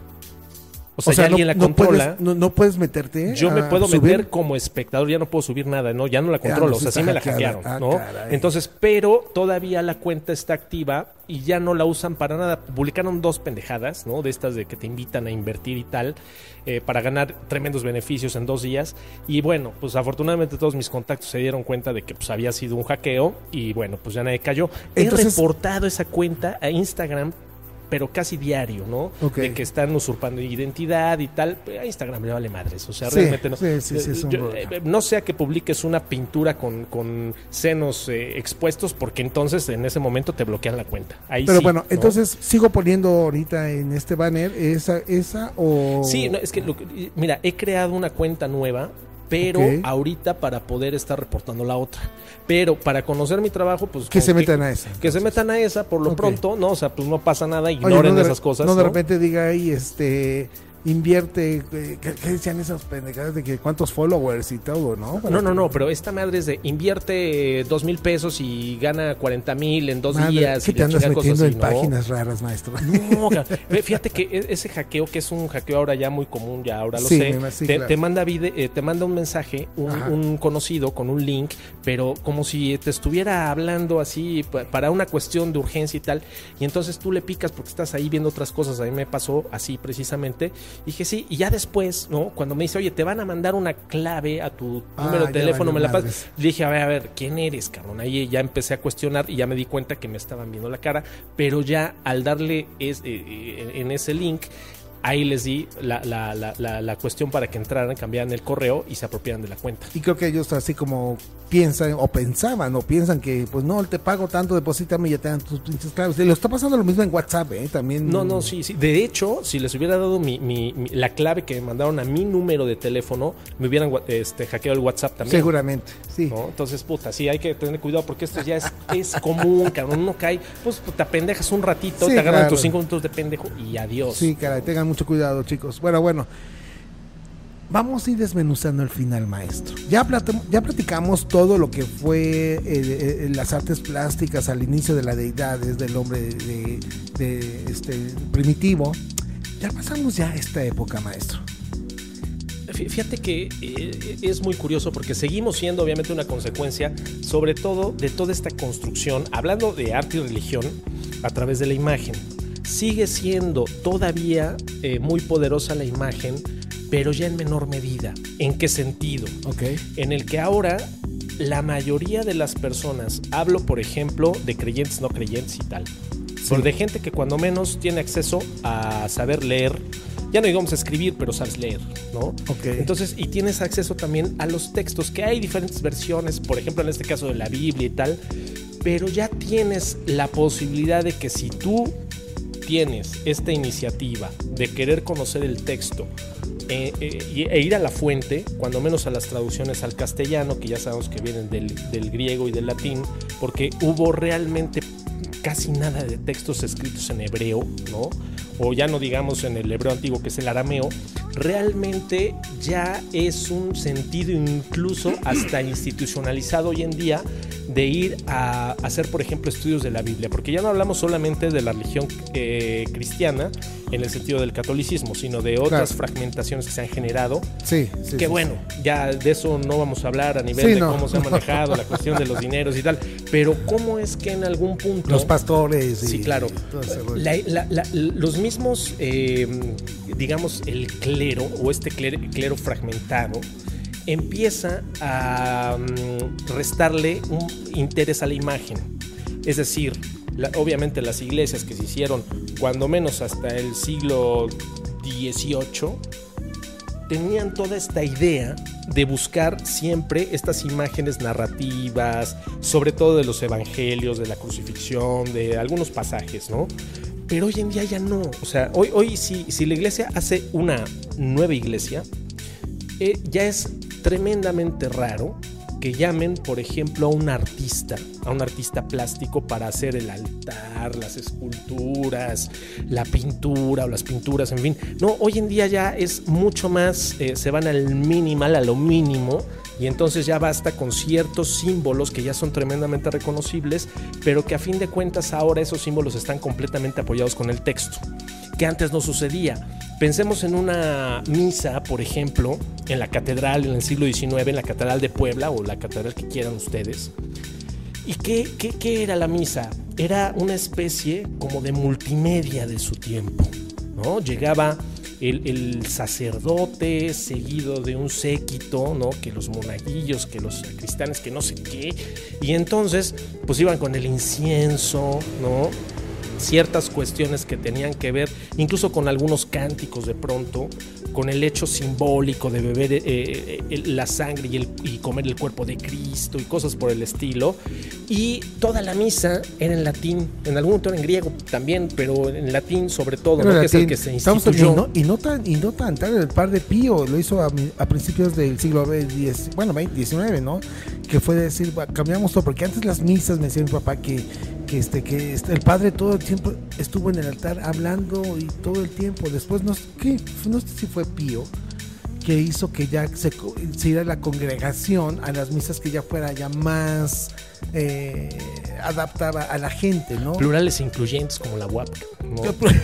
O sea, o sea, ya no, alguien la no controla. Puedes, no, no puedes meterte. Yo me puedo subir. meter como espectador, ya no puedo subir nada, ¿no? Ya no la controlo, no, o sea, sí me la hackearon, ah, ¿no? Caray. Entonces, pero todavía la cuenta está activa y ya no la usan para nada. Publicaron dos pendejadas, ¿no? De estas de que te invitan a invertir y tal, eh, para ganar tremendos beneficios en dos días. Y bueno, pues afortunadamente todos mis contactos se dieron cuenta de que pues había sido un hackeo y bueno, pues ya nadie cayó. Entonces, he reportado esa cuenta a Instagram, pero casi diario, ¿no? Okay. De que están usurpando identidad y tal. A Instagram le vale madres, o sea, sí, realmente no. Sí, sí, sí, yo, eh, no sea que publiques una pintura con, con senos eh, expuestos, porque entonces en ese momento te bloquean la cuenta. Ahí pero sí, bueno, ¿no? Entonces sigo poniendo ahorita en este banner esa, esa o... Sí, no, es que, lo, mira, he creado una cuenta nueva, pero okay. ahorita para poder estar reportando la otra. Pero para conocer mi trabajo, pues... Que se metan a esa. Que entonces. se metan a esa por lo okay. pronto, ¿no? O sea, pues no pasa nada, ignoren Oye, no de, esas cosas. No, de ¿no? repente diga ahí, este... invierte, ¿qué, qué decían esas pendejadas de que cuántos followers y todo, no? No, no, no, pero esta madre es de invierte dos mil pesos y gana cuarenta mil en dos madre, días. ¿Qué y te andas metiendo así, en ¿no? páginas raras, maestro? No, fíjate que ese hackeo, que es un hackeo ahora ya muy común, ya ahora lo sí, sé, me, sí, te, claro. te manda vide, eh, te manda un mensaje, un, un conocido con un link, pero como si te estuviera hablando así para una cuestión de urgencia y tal, y entonces tú le picas porque estás ahí viendo otras cosas. A mí me pasó así precisamente, y dije sí, y ya después, ¿no? Cuando me dice, oye, te van a mandar una clave a tu ah, número de teléfono, me la pasas. Le dije, a ver, a ver, ¿quién eres, cabrón? Ahí ya empecé a cuestionar y ya me di cuenta que me estaban viendo la cara, pero ya al darle es, eh, en ese link, ahí les di la, la, la, la, la cuestión para que entraran, cambiaran el correo y se apropiaran de la cuenta. Y creo que ellos así como piensan o pensaban o piensan que pues no, te pago tanto, deposítame y ya te dan tus pinches claves. Le está pasando lo mismo en WhatsApp, ¿eh? También. No, no, sí, sí. De hecho, si les hubiera dado mi, mi, mi, la clave que me mandaron a mi número de teléfono, me hubieran este, hackeado el WhatsApp también. Seguramente, sí. ¿No? Entonces, puta, sí, hay que tener cuidado porque esto ya es, es común, cabrón. Uno cae, pues te apendejas un ratito, sí, te agarran claro. tus cinco minutos de pendejo y adiós. Sí, caray, tengan mucho cuidado, chicos. Bueno, bueno. Vamos a ir desmenuzando el final, maestro. Ya, plat- ya platicamos todo lo que fue eh, eh, las artes plásticas al inicio de la deidad, desde el hombre de, de, de este primitivo. Ya pasamos ya a esta época, maestro. Fíjate que eh, es muy curioso porque seguimos siendo obviamente una consecuencia, sobre todo de toda esta construcción, hablando de arte y religión, a través de la imagen. Sigue siendo todavía eh, muy poderosa la imagen, pero ya en menor medida. ¿En qué sentido? Okay. En el que ahora la mayoría de las personas, hablo por ejemplo de creyentes, no creyentes y tal, sí. Pero de gente que cuando menos tiene acceso a saber leer, ya no digamos escribir, pero sabes leer, ¿no? Okay. Entonces, y tienes acceso también a los textos, que hay diferentes versiones, por ejemplo en este caso de la Biblia y tal, pero ya tienes la posibilidad de que si tú tienes esta iniciativa de querer conocer el texto eh, eh, e ir a la fuente, cuando menos a las traducciones al castellano, que ya sabemos que vienen del, del griego y del latín, porque hubo realmente casi nada de textos escritos en hebreo, ¿no? O ya no digamos en el hebreo antiguo, que es el arameo, realmente ya es un sentido incluso hasta institucionalizado hoy en día de ir a hacer, por ejemplo, estudios de la Biblia, porque ya no hablamos solamente de la religión eh, cristiana en el sentido del catolicismo, sino de otras claro. fragmentaciones que se han generado. Sí, sí. Que sí, bueno, sí. ya de eso no vamos a hablar a nivel sí, de no. cómo se ha manejado la cuestión de los dineros y tal, pero cómo es que en algún punto... Los pastores. Y, sí, claro. Y la, la, la, los mismos, eh, digamos, el clero o este clero, clero fragmentado empieza a um, restarle un interés a la imagen. Es decir, la, obviamente las iglesias que se hicieron cuando menos hasta el siglo dieciocho tenían toda esta idea de buscar siempre estas imágenes narrativas, sobre todo de los evangelios, de la crucifixión, de algunos pasajes, ¿no? Pero hoy en día ya no. O sea, hoy, hoy si, si la iglesia hace una nueva iglesia, eh, ya es tremendamente raro que llamen, por ejemplo, a un artista, a un artista plástico para hacer el altar, las esculturas, la pintura o las pinturas, en fin. No, hoy en día ya es mucho más, eh, se van al minimal, a lo mínimo, y entonces ya basta con ciertos símbolos que ya son tremendamente reconocibles, pero que a fin de cuentas ahora esos símbolos están completamente apoyados con el texto, que antes no sucedía. Pensemos en una misa, por ejemplo, en la catedral en el siglo diecinueve, en la catedral de Puebla o la catedral que quieran ustedes. ¿Y qué, qué, qué era la misa? Era una especie como de multimedia de su tiempo, ¿no? Llegaba el, el sacerdote seguido de un séquito, ¿no? Que los monaguillos, que los sacristanes, que no sé qué. Y entonces, pues iban con el incienso, ¿no? Ciertas cuestiones que tenían que ver incluso con algunos cánticos de pronto, con el hecho simbólico de beber eh, eh, la sangre y, el, y comer el cuerpo de Cristo y cosas por el estilo, y toda la misa era en latín, en algún momento era en griego también, pero en latín sobre todo, ¿no? Que es el que se instituyó. Y no, y no tan y no tan tarde, el Padre Pío lo hizo a, a principios del siglo diez, bueno, diecinueve, ¿no? Que fue decir, cambiamos todo, porque antes las misas, me decía mi papá, que que este que este, el padre todo el tiempo estuvo en el altar hablando y todo el tiempo. Después no, ¿qué? no sé si fue Pío que hizo que ya se, se iba la congregación a las misas, que ya fuera ya más eh, adaptada a la gente, ¿no? Plurales e incluyentes como la U A P, ¿no?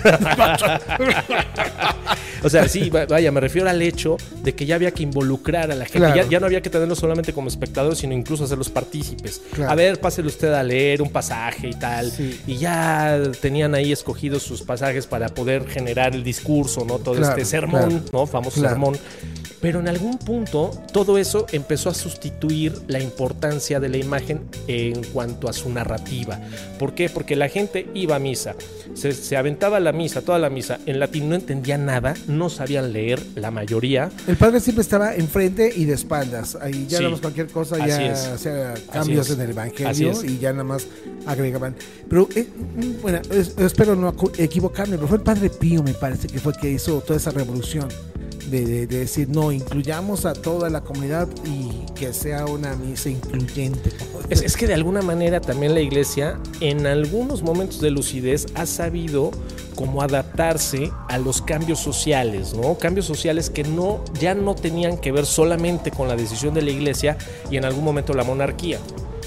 O sea, sí, vaya, me refiero al hecho de que ya había que involucrar a la gente. Claro. Ya, ya no había que tenerlos solamente como espectadores, sino incluso hacerlos partícipes. Claro. A ver, pásele usted a leer un pasaje y tal. Sí. Y ya tenían ahí escogidos sus pasajes para poder generar el discurso, ¿no? Todo claro, este sermón, claro. ¿no? Famoso claro. sermón. Pero en algún punto todo eso empezó a sustituir la importancia de la imagen en cuanto a su narrativa. ¿Por qué? Porque la gente iba a misa, se, se aventaba la misa, toda la misa en latín, no entendía nada, no sabían leer la mayoría. El padre siempre estaba enfrente y de espaldas, ahí ya sí. nada más cualquier cosa, Así ya es. hacía cambios en el evangelio y ya nada más agregaban. Pero eh, bueno, espero no equivocarme, pero fue el Padre Pío, me parece que fue el que hizo toda esa revolución. De, de, de decir, no, incluyamos a toda la comunidad y que sea una misa incluyente. Es, es que de alguna manera también la iglesia en algunos momentos de lucidez ha sabido como adaptarse a los cambios sociales, ¿no? Cambios sociales que no, ya no tenían que ver solamente con la decisión de la iglesia y en algún momento la monarquía.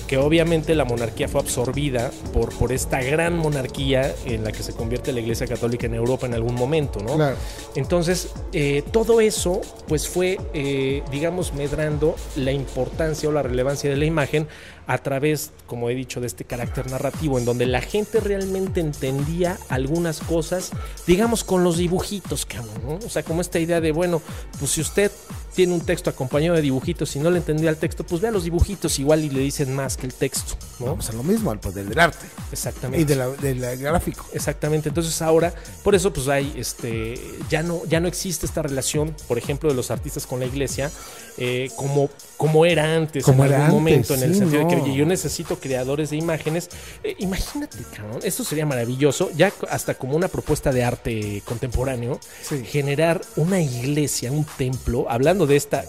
que obviamente la monarquía fue absorbida por, por esta gran monarquía en la que se convierte la Iglesia Católica en Europa en algún momento, ¿no? Claro. Entonces, eh, todo eso pues fue, eh, digamos, medrando la importancia o la relevancia de la imagen a través, como he dicho, de este carácter narrativo, en donde la gente realmente entendía algunas cosas, digamos, con los dibujitos, cabrón, ¿no? O sea, como esta idea de, bueno, pues si usted tiene un texto acompañado de dibujitos y no le entendía el texto, pues vea los dibujitos igual y le dicen más que el texto, ¿no? Vamos a lo mismo, al poder del arte. Exactamente. Y de la, de la gráfico. Exactamente. Entonces ahora, por eso pues hay, este, ya no, ya no existe esta relación, por ejemplo, de los artistas con la iglesia, eh, como, como era antes, como en era algún antes, momento, en el sí, sentido no. de que oye, yo necesito creadores de imágenes. Eh, imagínate, cabrón, esto sería maravilloso, ya hasta como una propuesta de arte contemporáneo, Sí. generar una iglesia, un templo, hablando de esta,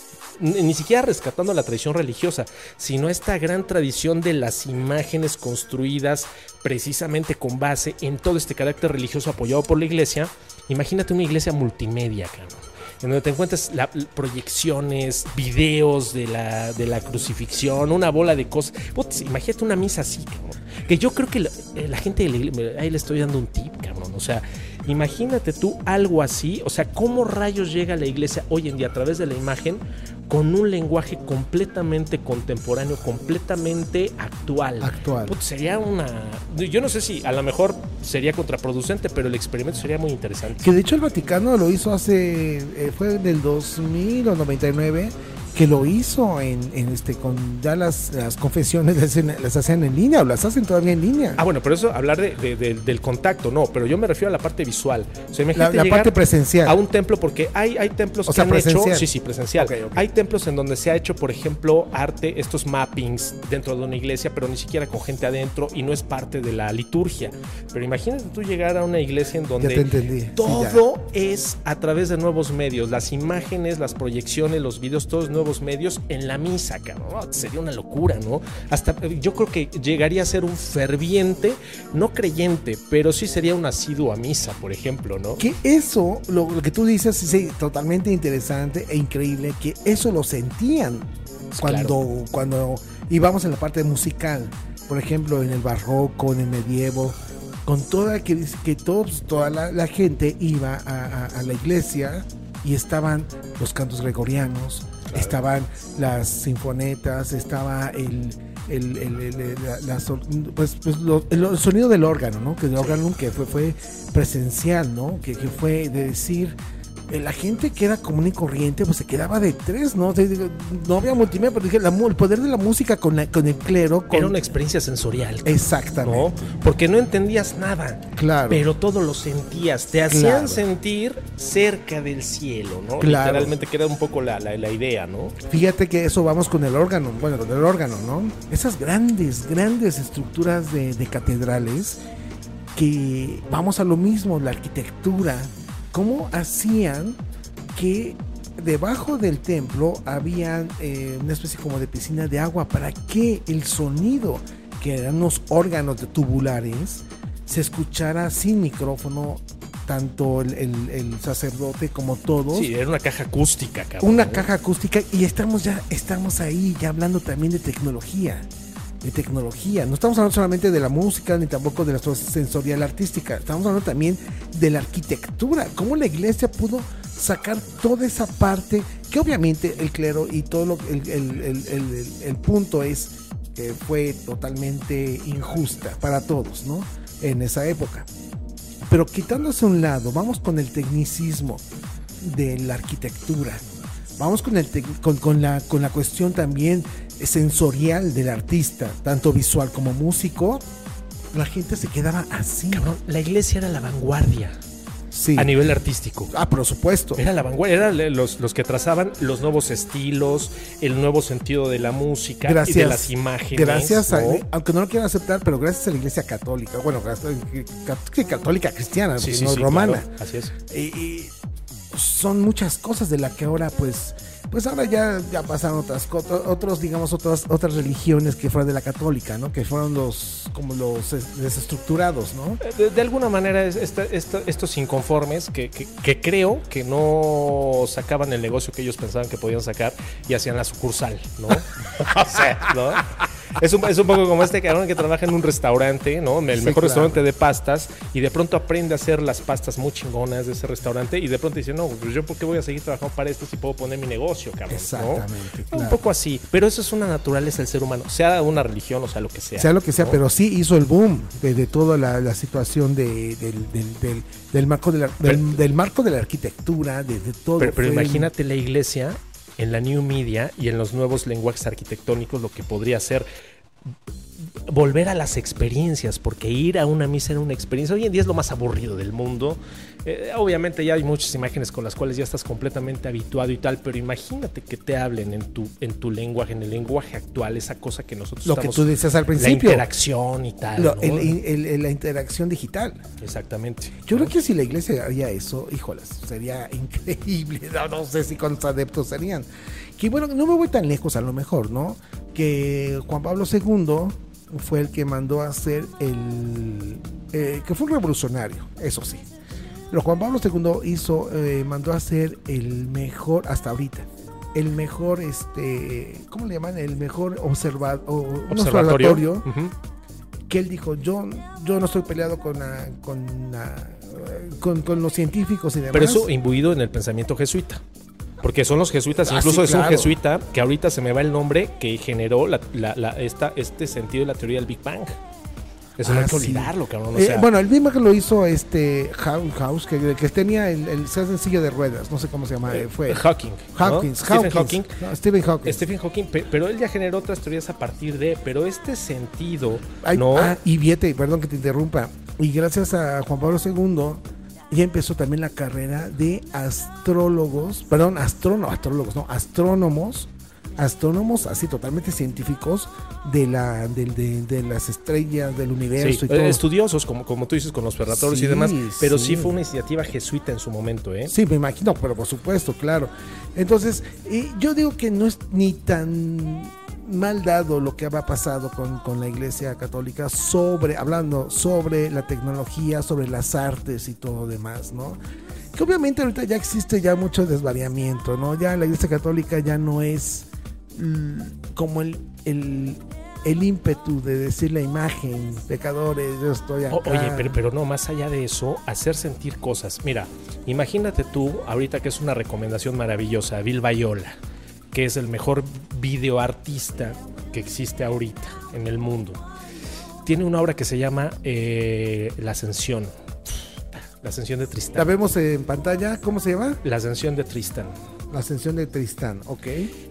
ni siquiera rescatando la tradición religiosa, sino esta gran tradición de las imágenes construidas precisamente con base en todo este carácter religioso apoyado por la iglesia. Imagínate una iglesia multimedia, cabrón, en donde te encuentras la, proyecciones, videos de la, de la crucifixión, una bola de cosas. Putz, imagínate una misa así, cabrón. Que yo creo que la, la gente de la iglesia, ahí le estoy dando un tip, cabrón. O sea, imagínate tú algo así. O sea, ¿cómo rayos llega la iglesia hoy en día a través de la imagen con un lenguaje completamente contemporáneo, completamente actual? Actual. Putz, sería una... Yo no sé si a lo mejor sería contraproducente, pero el experimento sería muy interesante. Que de hecho el Vaticano lo hizo hace, eh, fue del dos mil o noventa y nueve, que lo hizo en, en este, con ya las, las confesiones las, hacen- las hacen en línea o las hacen todavía en línea. Ah, bueno, pero eso, hablar de, de- de- del contacto, no, pero yo me refiero a la parte visual. O sea, la imagínate la llegar parte presencial. a un templo, porque hay, hay templos O que sea, han presencial. hecho... Sí, sí, presencial. Ok, ok. Hay templos en donde se ha hecho, por ejemplo, arte, estos mappings dentro de una iglesia, pero ni siquiera con gente adentro y no es parte de la liturgia. Pero imagínate tú llegar a una iglesia en Ya donde te entendí. Sí, todo es a través de nuevos medios, las imágenes, las proyecciones, los videos, todos nuevos medios en la misa, cabrón. Oh, sería una locura, ¿no? Hasta yo creo que llegaría a ser un ferviente, no creyente, pero sí sería un asiduo a misa, por ejemplo, ¿no? Que eso, lo, lo que tú dices, sí, totalmente interesante e increíble, que eso lo sentían cuando, Claro. cuando íbamos en la parte musical, por ejemplo, en el barroco, en el medievo, con toda que, que todos, toda la, la gente iba a, a, a la iglesia y estaban los cantos gregorianos, Claro. estaban las sinfonetas, estaba el el, el, el, el- la- la sol- pues, pues lo- el, el sonido del órgano, ¿no? Que el órgano que fue, fue presencial, ¿no? Que, que fue de decir, eh, la gente que era común y corriente, pues se quedaba de tres, ¿no? O sea, digo, no había multimedia, pero dije, la mu- el poder de la música con, la- con el clero. Con... Era una experiencia sensorial, Exactamente. ¿no? Porque no entendías nada, Claro. pero todo lo sentías, te hacían Claro. sentir cerca del cielo, ¿no? Claro. Literalmente, que era un poco la, la, la idea, ¿no? Fíjate que eso vamos con el órgano, bueno, con el órgano, ¿no? Esas grandes, grandes estructuras de, de catedrales que vamos a lo mismo, la arquitectura, cómo hacían que debajo del templo había eh, una especie como de piscina de agua para que el sonido, que eran unos órganos de tubulares, se escuchara sin micrófono, tanto el, el- el sacerdote como todos. Sí, era una caja acústica, cabrón. Una ¿no? caja acústica, y estamos ya estamos ahí ya hablando también de tecnología, de tecnología. No estamos hablando solamente de la música ni tampoco de la sensorial artística. Estamos hablando también de la arquitectura. Cómo la iglesia pudo sacar toda esa parte que obviamente el clero y todo lo, el, el- el- el- el punto es que fue totalmente injusta para todos, ¿no? En esa época. Pero quitándose a un lado, vamos con el tecnicismo de la arquitectura. Vamos con, el tec- con, con la, con la cuestión también sensorial del artista, tanto visual como músico. La gente se quedaba así. Cabrón, la iglesia era la vanguardia Sí. a nivel artístico. Ah, por supuesto. Era la vanguardia, eran los, los que trazaban los nuevos estilos, el nuevo sentido de la música Gracias. y de las imágenes. Gracias a, ¿no? aunque no lo quieran aceptar, pero gracias a la iglesia católica, bueno, gracias- cat- católica cristiana, Sí, sí, no sí, romana. claro, así es. Y, y son muchas cosas de las que ahora pues pues ahora ya, ya pasaron otras co- otros digamos otras otras religiones que fueron de la católica, ¿no? Que fueron los como los es- desestructurados, ¿no? De, de alguna manera es esta- esta- estos inconformes que, que- que creo que no sacaban el negocio que ellos pensaban que podían sacar y hacían la sucursal, ¿no? O sea, ¿no? Es un, es un poco como este cabrón que trabaja en un restaurante, ¿no? El Sí, mejor claro. restaurante de pastas, y de pronto aprende a hacer las pastas muy chingonas de ese restaurante, y de pronto dice, no, pues yo por qué voy a seguir trabajando para esto si puedo poner mi negocio, cabrón, ¿no? Exactamente, Un claro. poco así, pero eso es una naturaleza del ser humano, sea una religión o sea lo que sea. Sea lo que sea, ¿no? pero sí hizo el boom de, de toda la, la situación de, del, del, del, del marco de la, del, Pero- del marco de la arquitectura, de, de todo. Pero, pero Fue- imagínate la iglesia en la new media y en los nuevos lenguajes arquitectónicos, lo que podría ser volver a las experiencias, porque ir a una misa era una experiencia. Hoy en día es lo más aburrido del mundo. Eh, obviamente ya hay muchas imágenes con las cuales ya estás completamente habituado y tal, pero imagínate que te hablen en tu, en tu lenguaje, en el lenguaje actual, esa cosa que nosotros lo que estamos... tú decías al la principio. interacción y tal. Lo- ¿no? el- el- el- la interacción digital. Exactamente. Yo creo que si la iglesia haría eso, híjolas, sería increíble. No, no sé si cuántos adeptos serían. Que bueno, no me voy tan lejos a lo mejor, ¿no? Que Juan Pablo segundo fue el que mandó a hacer el... eh, que fue un revolucionario, eso sí. Pero Juan Pablo segundo hizo, eh, mandó a hacer el mejor, hasta ahorita, el mejor, este, ¿cómo le llaman? El mejor observa, o, un Observatorio. observatorio Ujú. que él dijo, yo, yo no estoy peleado con, la- con, la- con, con los científicos y demás. Pero eso imbuido en el pensamiento jesuita. Porque son los jesuitas, Ah, incluso sí, es claro. un jesuita que ahorita se me va el nombre, que generó la, la- la- esta, este sentido de la teoría del Big Bang. Eso no Ah, hay que sí. olvidarlo, cabrón. O Eh, sea, bueno, el mismo que lo hizo este House, House que, que tenía el, el sencillo de ruedas, no sé cómo se llama, eh, fue Hawking. ¿no? Hawkins, Stephen Hawkins, Hawking. no, Stephen Hawking. Stephen Hawking, pe- pero él ya generó otras teorías a partir de, pero este sentido, Ay, ¿no? ah, y viete, perdón que te interrumpa, y gracias a Juan Pablo segundo ya empezó también la carrera de astrólogos, perdón, astrónomos, astrólogos, no, astrónomos, astrónomos así totalmente científicos de la de, de- de las estrellas del universo Sí, y todo. estudiosos, como, como tú dices, con los observatorios Sí, y demás, pero sí. sí. fue una iniciativa jesuita en su momento, ¿eh? Sí, me imagino, pero por supuesto, claro. Entonces, eh, yo digo que no es ni tan mal dado lo que ha pasado con, con la Iglesia Católica sobre, hablando sobre la tecnología, sobre las artes y todo demás, ¿no? Que obviamente ahorita ya existe ya mucho desvariamiento, ¿no? Ya la Iglesia Católica ya no es mm, como el, el, el ímpetu de decir la imagen, pecadores, yo estoy acá. O- Oye, pero, pero no, más allá de eso, hacer sentir cosas. Mira, imagínate tú, ahorita que es una recomendación maravillosa, Bill Viola, que es el mejor videoartista que existe ahorita en el mundo. Tiene una obra que se llama eh, La Ascensión. La Ascensión de La Tristán. vemos en pantalla, ¿cómo se llama? La Ascensión de Tristán. La Ascensión de Tristán, ok.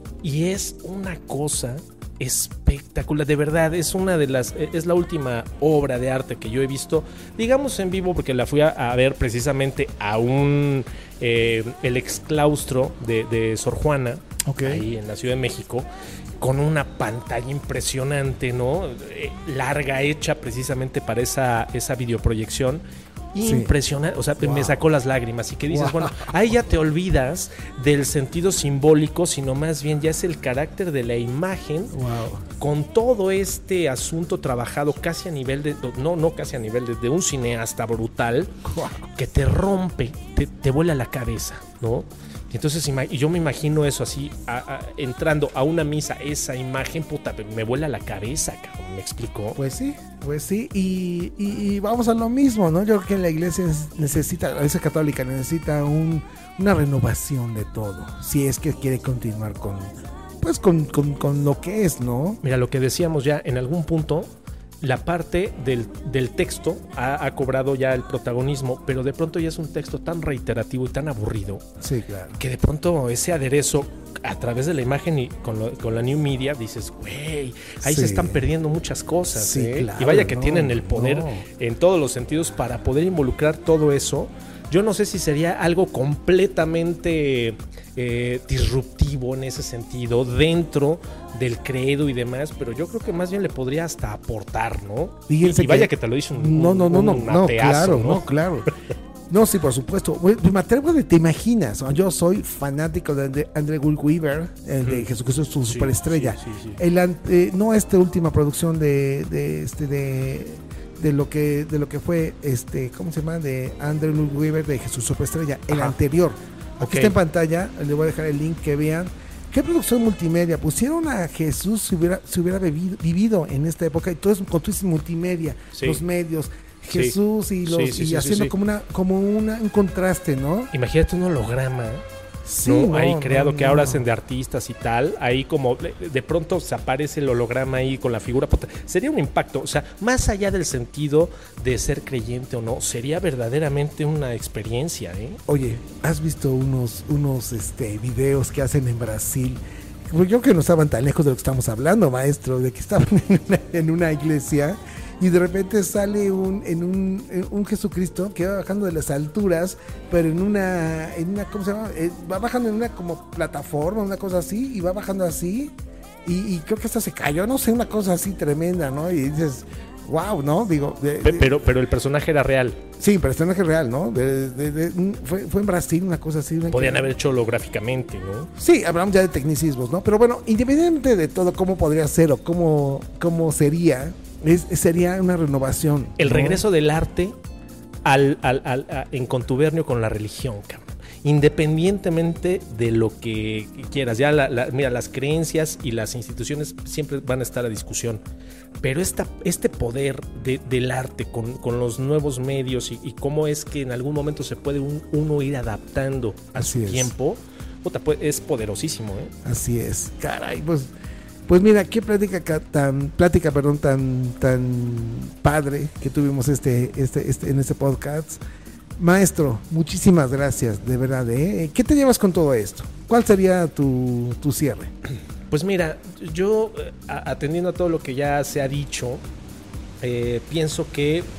Y es una cosa espectacular, de verdad, es una de las, es la última obra de arte que yo he visto, digamos en vivo, porque la fui a, a ver precisamente a un, eh, el exclaustro de, de Sor Juana, Ok. ahí en la Ciudad de México, con una pantalla impresionante, ¿no? Eh, larga, hecha precisamente para esa, esa videoproyección. Sí. Impresionante, o sea, Wow. me sacó las lágrimas y que dices, Wow. bueno, ahí ya te olvidas del sentido simbólico, sino más bien ya es el carácter de la imagen Wow. con todo este asunto trabajado casi a nivel de, no, no casi a nivel de, de un cineasta brutal Wow. que te rompe, te, te vuela la cabeza, ¿no? Y entonces ima- y yo me imagino eso así, a- a- entrando a una misa, esa imagen, puta, me vuela la cabeza, cabrón, ¿me explicó? Pues sí, pues sí. Y, y- y vamos a lo mismo, ¿no? Yo creo que la iglesia es- necesita, la iglesia católica necesita un, una renovación de todo. Si es que quiere continuar con, pues con, con, con lo que es, ¿no? Mira, lo que decíamos ya, en algún punto, la parte del, del texto ha, ha cobrado ya el protagonismo, pero de pronto ya es un texto tan reiterativo y tan aburrido Sí, claro. que de pronto ese aderezo a través de la imagen y con, lo- con la new media dices, güey, ahí Sí. se están perdiendo muchas cosas. Sí, ¿eh? claro, y vaya que no, tienen el poder no. en todos los sentidos para poder involucrar todo eso. Yo no sé si sería algo completamente eh, disruptivo en ese sentido, dentro del credo y demás, pero yo creo que más bien le podría hasta aportar, ¿no? Fíjense y vaya que- que te lo dice un, No, no, no, un- no, un no, ateazo, claro, ¿no? no, claro. No, sí, por supuesto. Güey, me atrevo de, te imaginas, ¿no? Yo soy fanático de Andre- André Will Weaver, el de Mm. Jesucristo su Sí, superestrella. sí, sí, sí. El ante- no esta última producción de, de este de, de lo que de lo que fue este, ¿cómo se llama? De André Will Weaver de Jesús superestrella, el Ajá. anterior. Aquí Ok. está en pantalla, le voy a dejar el link que vean ¿Qué producción multimedia? Pusieron a Jesús si hubiera, si hubiera vivido, vivido en esta época, y todo eso con todo ese multimedia, sí. Los medios, Jesús sí. y, los, sí, sí, y sí, haciendo sí, sí. como una como una, un contraste, ¿no? Imagínate un holograma, sí, ¿no? No, ahí creado no, que no. ahora hacen de artistas y tal, ahí como de, de pronto se aparece el holograma ahí con la figura, sería un impacto, o sea, más allá del sentido de ser creyente o no, sería verdaderamente una experiencia, ¿eh? Oye, ¿has visto unos unos este videos que hacen en Brasil? Yo creo que no estaban tan lejos de lo que estamos hablando, maestro, de que estaban en una, en una iglesia y de repente sale un en un, en un Jesucristo que va bajando de las alturas, pero en una en una ¿cómo se llama? Eh, va bajando en una como plataforma, una cosa así, y va bajando así y, y creo que hasta se cayó, no sé, una cosa así tremenda, ¿no? Y dices, wow, ¿no? Digo, de, de, pero pero el personaje era real. Sí, el personaje real, ¿no? De, de, de, fue, fue en Brasil, una cosa así. Una Podían que... haber hecho holográficamente, ¿no? Sí, hablamos ya de tecnicismos, ¿no? Pero bueno, independientemente de todo, cómo podría ser o cómo, cómo sería, es, sería una renovación. El ¿no? regreso del arte al, al, al, a, en contubernio con la religión, cabrón. Independientemente de lo que quieras, ya la, la, mira, las creencias y las instituciones siempre van a estar a discusión, pero esta, este poder de, del arte con, con los nuevos medios y, y cómo es que en algún momento se puede un, uno ir adaptando a Así su es. tiempo, puta, pues, es poderosísimo, ¿eh? Así es, caray, pues, pues mira, qué plática tan, plática, perdón, tan, tan padre que tuvimos este, este, este, en este podcast. Maestro, muchísimas gracias, de verdad, ¿eh? ¿Qué te llevas con todo esto? ¿Cuál sería tu, tu cierre? Pues mira, yo atendiendo a todo lo que ya se ha dicho, eh, pienso que eh,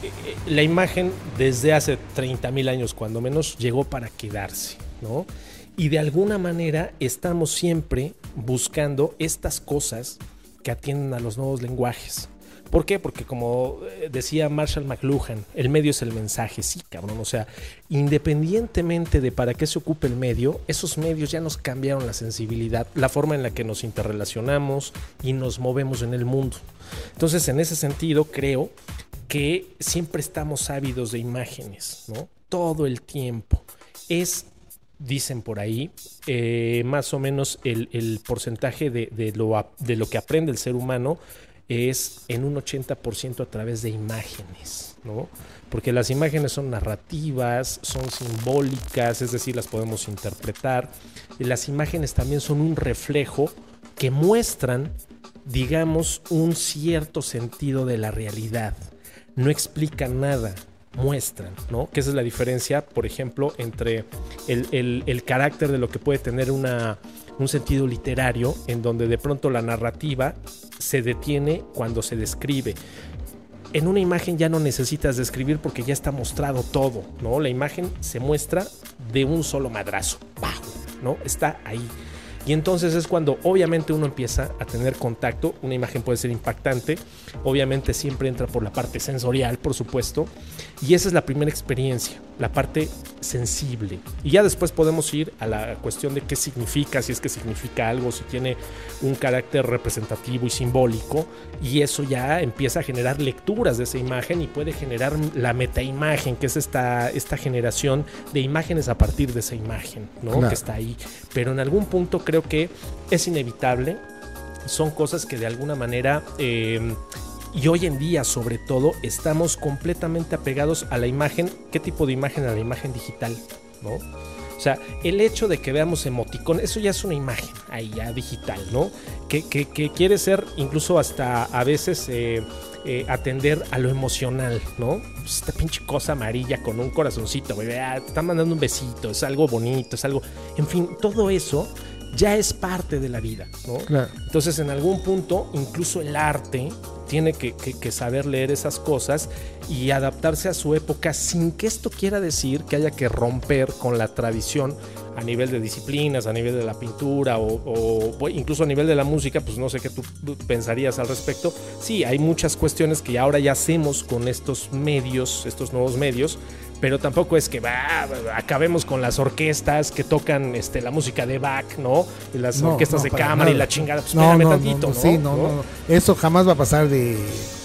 la imagen desde hace treinta mil años, cuando menos, llegó para quedarse, ¿no? Y de alguna manera estamos siempre buscando estas cosas que atienden a los nuevos lenguajes. ¿Por qué? Porque como decía Marshall McLuhan, el medio es el mensaje, sí, cabrón. O sea, independientemente de para qué se ocupe el medio, esos medios ya nos cambiaron la sensibilidad, la forma en la que nos interrelacionamos y nos movemos en el mundo. Entonces, en ese sentido, creo que siempre estamos ávidos de imágenes, ¿no? Todo el tiempo. Es, dicen por ahí, eh, más o menos el, el porcentaje de, de, lo, de lo que aprende el ser humano es en un ochenta por ciento a través de imágenes, ¿no? Porque las imágenes son narrativas, son simbólicas, es decir, las podemos interpretar. Y las imágenes también son un reflejo que muestran, digamos, un cierto sentido de la realidad. No explican nada, muestran, ¿no? Que esa es la diferencia, por ejemplo, entre el, el, el carácter de lo que puede tener una, un sentido literario, en donde de pronto la narrativa se detiene cuando se describe. En una imagen ya no necesitas describir porque ya está mostrado todo, ¿no? La imagen se muestra de un solo madrazo, ¡pau!, ¿no? Está ahí. Y entonces es cuando obviamente uno empieza a tener contacto. Una imagen puede ser impactante, obviamente siempre entra por la parte sensorial, por supuesto, y esa es la primera experiencia, la parte sensible. Y ya después podemos ir a la cuestión de qué significa, si es que significa algo, si tiene un carácter representativo y simbólico, y eso ya empieza a generar lecturas de esa imagen y puede generar la metaimagen, que es esta, esta generación de imágenes a partir de esa imagen, ¿no? Claro. Que está ahí. Pero en algún punto creo que es inevitable, son cosas que de alguna manera eh, y hoy en día sobre todo estamos completamente apegados a la imagen. ¿Qué tipo de imagen? A la imagen digital, ¿no? O sea, el hecho de que veamos emoticón, eso ya es una imagen ahí ya digital, ¿no? Que, que, que quiere ser incluso hasta a veces eh, eh, atender a lo emocional, ¿no? Pues esta pinche cosa amarilla con un corazoncito, güey, ah, te están mandando un besito, es algo bonito, es algo... En fin, todo eso ya es parte de la vida, ¿no? Claro. Entonces, en algún punto, incluso el arte tiene que, que, que saber leer esas cosas y adaptarse a su época, sin que esto quiera decir que haya que romper con la tradición a nivel de disciplinas, a nivel de la pintura o, o incluso a nivel de la música. Pues no sé qué tú pensarías al respecto. Sí, hay muchas cuestiones que ahora ya hacemos con estos medios, estos nuevos medios, pero tampoco es que bah, acabemos con las orquestas que tocan este, la música de Bach, ¿no? Y las no, orquestas no, de cámara nada. Y la chingada. Pues no, espérame no, tantito, no, ¿no? Sí, no, ¿no? no, eso jamás va a pasar de,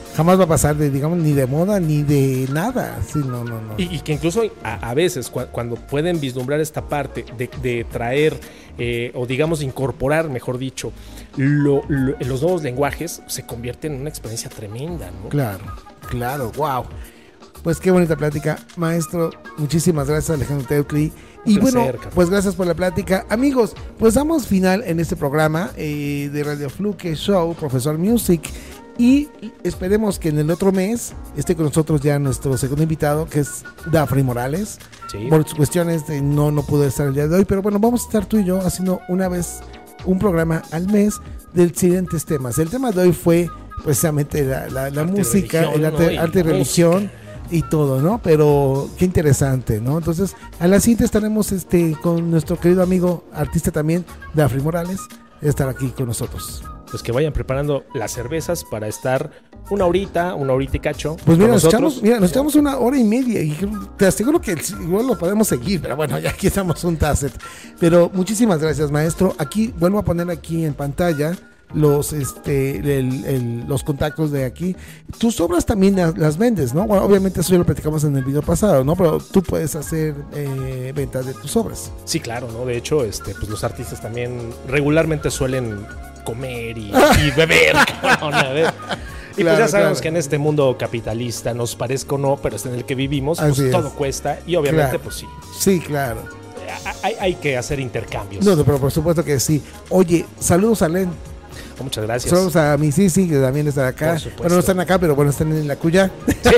jamás va a pasar de, digamos, ni de moda ni de nada. Sí, no, no, no. Y, y que incluso a, a veces cu- cuando pueden vislumbrar esta parte de, de traer eh, o digamos incorporar, mejor dicho, lo, lo, los nuevos lenguajes, se convierte en una experiencia tremenda, ¿no? Claro, claro, wow. Pues qué bonita plática, maestro. Muchísimas gracias, Alejandro Teutli. Y Un placer, bueno, Carlos. pues gracias por la plática. Amigos, pues damos final en este programa eh, de Radio Fluke Show, Profesor Music. Y esperemos que en el otro mes esté con nosotros ya nuestro segundo invitado, que es Dafri Morales. Sí. Por sus cuestiones de no, no pudo estar el día de hoy, pero bueno, vamos a estar tú y yo haciendo una vez un programa al mes de siguientes temas. El tema de hoy fue precisamente la, la, la Arte, música, religión, el arte, ¿no? Y arte y música. religión y todo, ¿no? Pero qué interesante, ¿no? Entonces, a la siguiente estaremos este, con nuestro querido amigo, artista también, Dafri Morales, estar aquí con nosotros. Pues que vayan preparando las cervezas para estar una horita, una horita y cacho. Pues mira, con nos nosotros. echamos, mira, nos echamos una hora y media y te aseguro que igual lo podemos seguir, pero bueno, ya aquí estamos un tacet. Pero muchísimas gracias, maestro. Aquí vuelvo a poner aquí en pantalla los este el, el, los contactos de aquí. Tus obras también las, las vendes, ¿no? Bueno, obviamente eso ya lo platicamos en el video pasado, ¿no? Pero tú puedes hacer eh, ventas de tus obras. Sí, claro, ¿no? De hecho, este, pues los artistas también regularmente suelen comer y, y beber, cabrón, a ver. Y Claro, pues ya sabemos claro. que en este mundo capitalista, nos parezca o no, pero es en el que vivimos, Así pues es. todo cuesta y obviamente, Claro. pues sí, Sí, claro. hay, hay que hacer intercambios. No, no, pero por supuesto que sí. Oye, saludos a Len. Muchas gracias. Saludos a mi Sisi, que también está acá. Por supuesto. Bueno, no están acá, pero bueno, están en la cuya.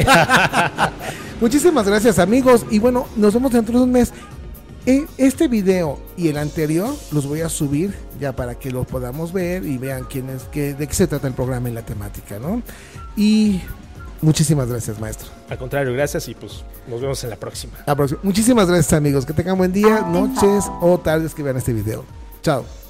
Muchísimas gracias, amigos. Y bueno, nos vemos dentro de un mes. Eh, Este video y el anterior los voy a subir ya para que los podamos ver y vean quién es, qué, de qué se trata el programa y la temática, ¿no? Y muchísimas gracias, maestro. Al contrario, gracias y pues nos vemos en la próxima. La próxima. Muchísimas gracias, amigos. Que tengan buen día, noches o tardes que vean este video. Chao.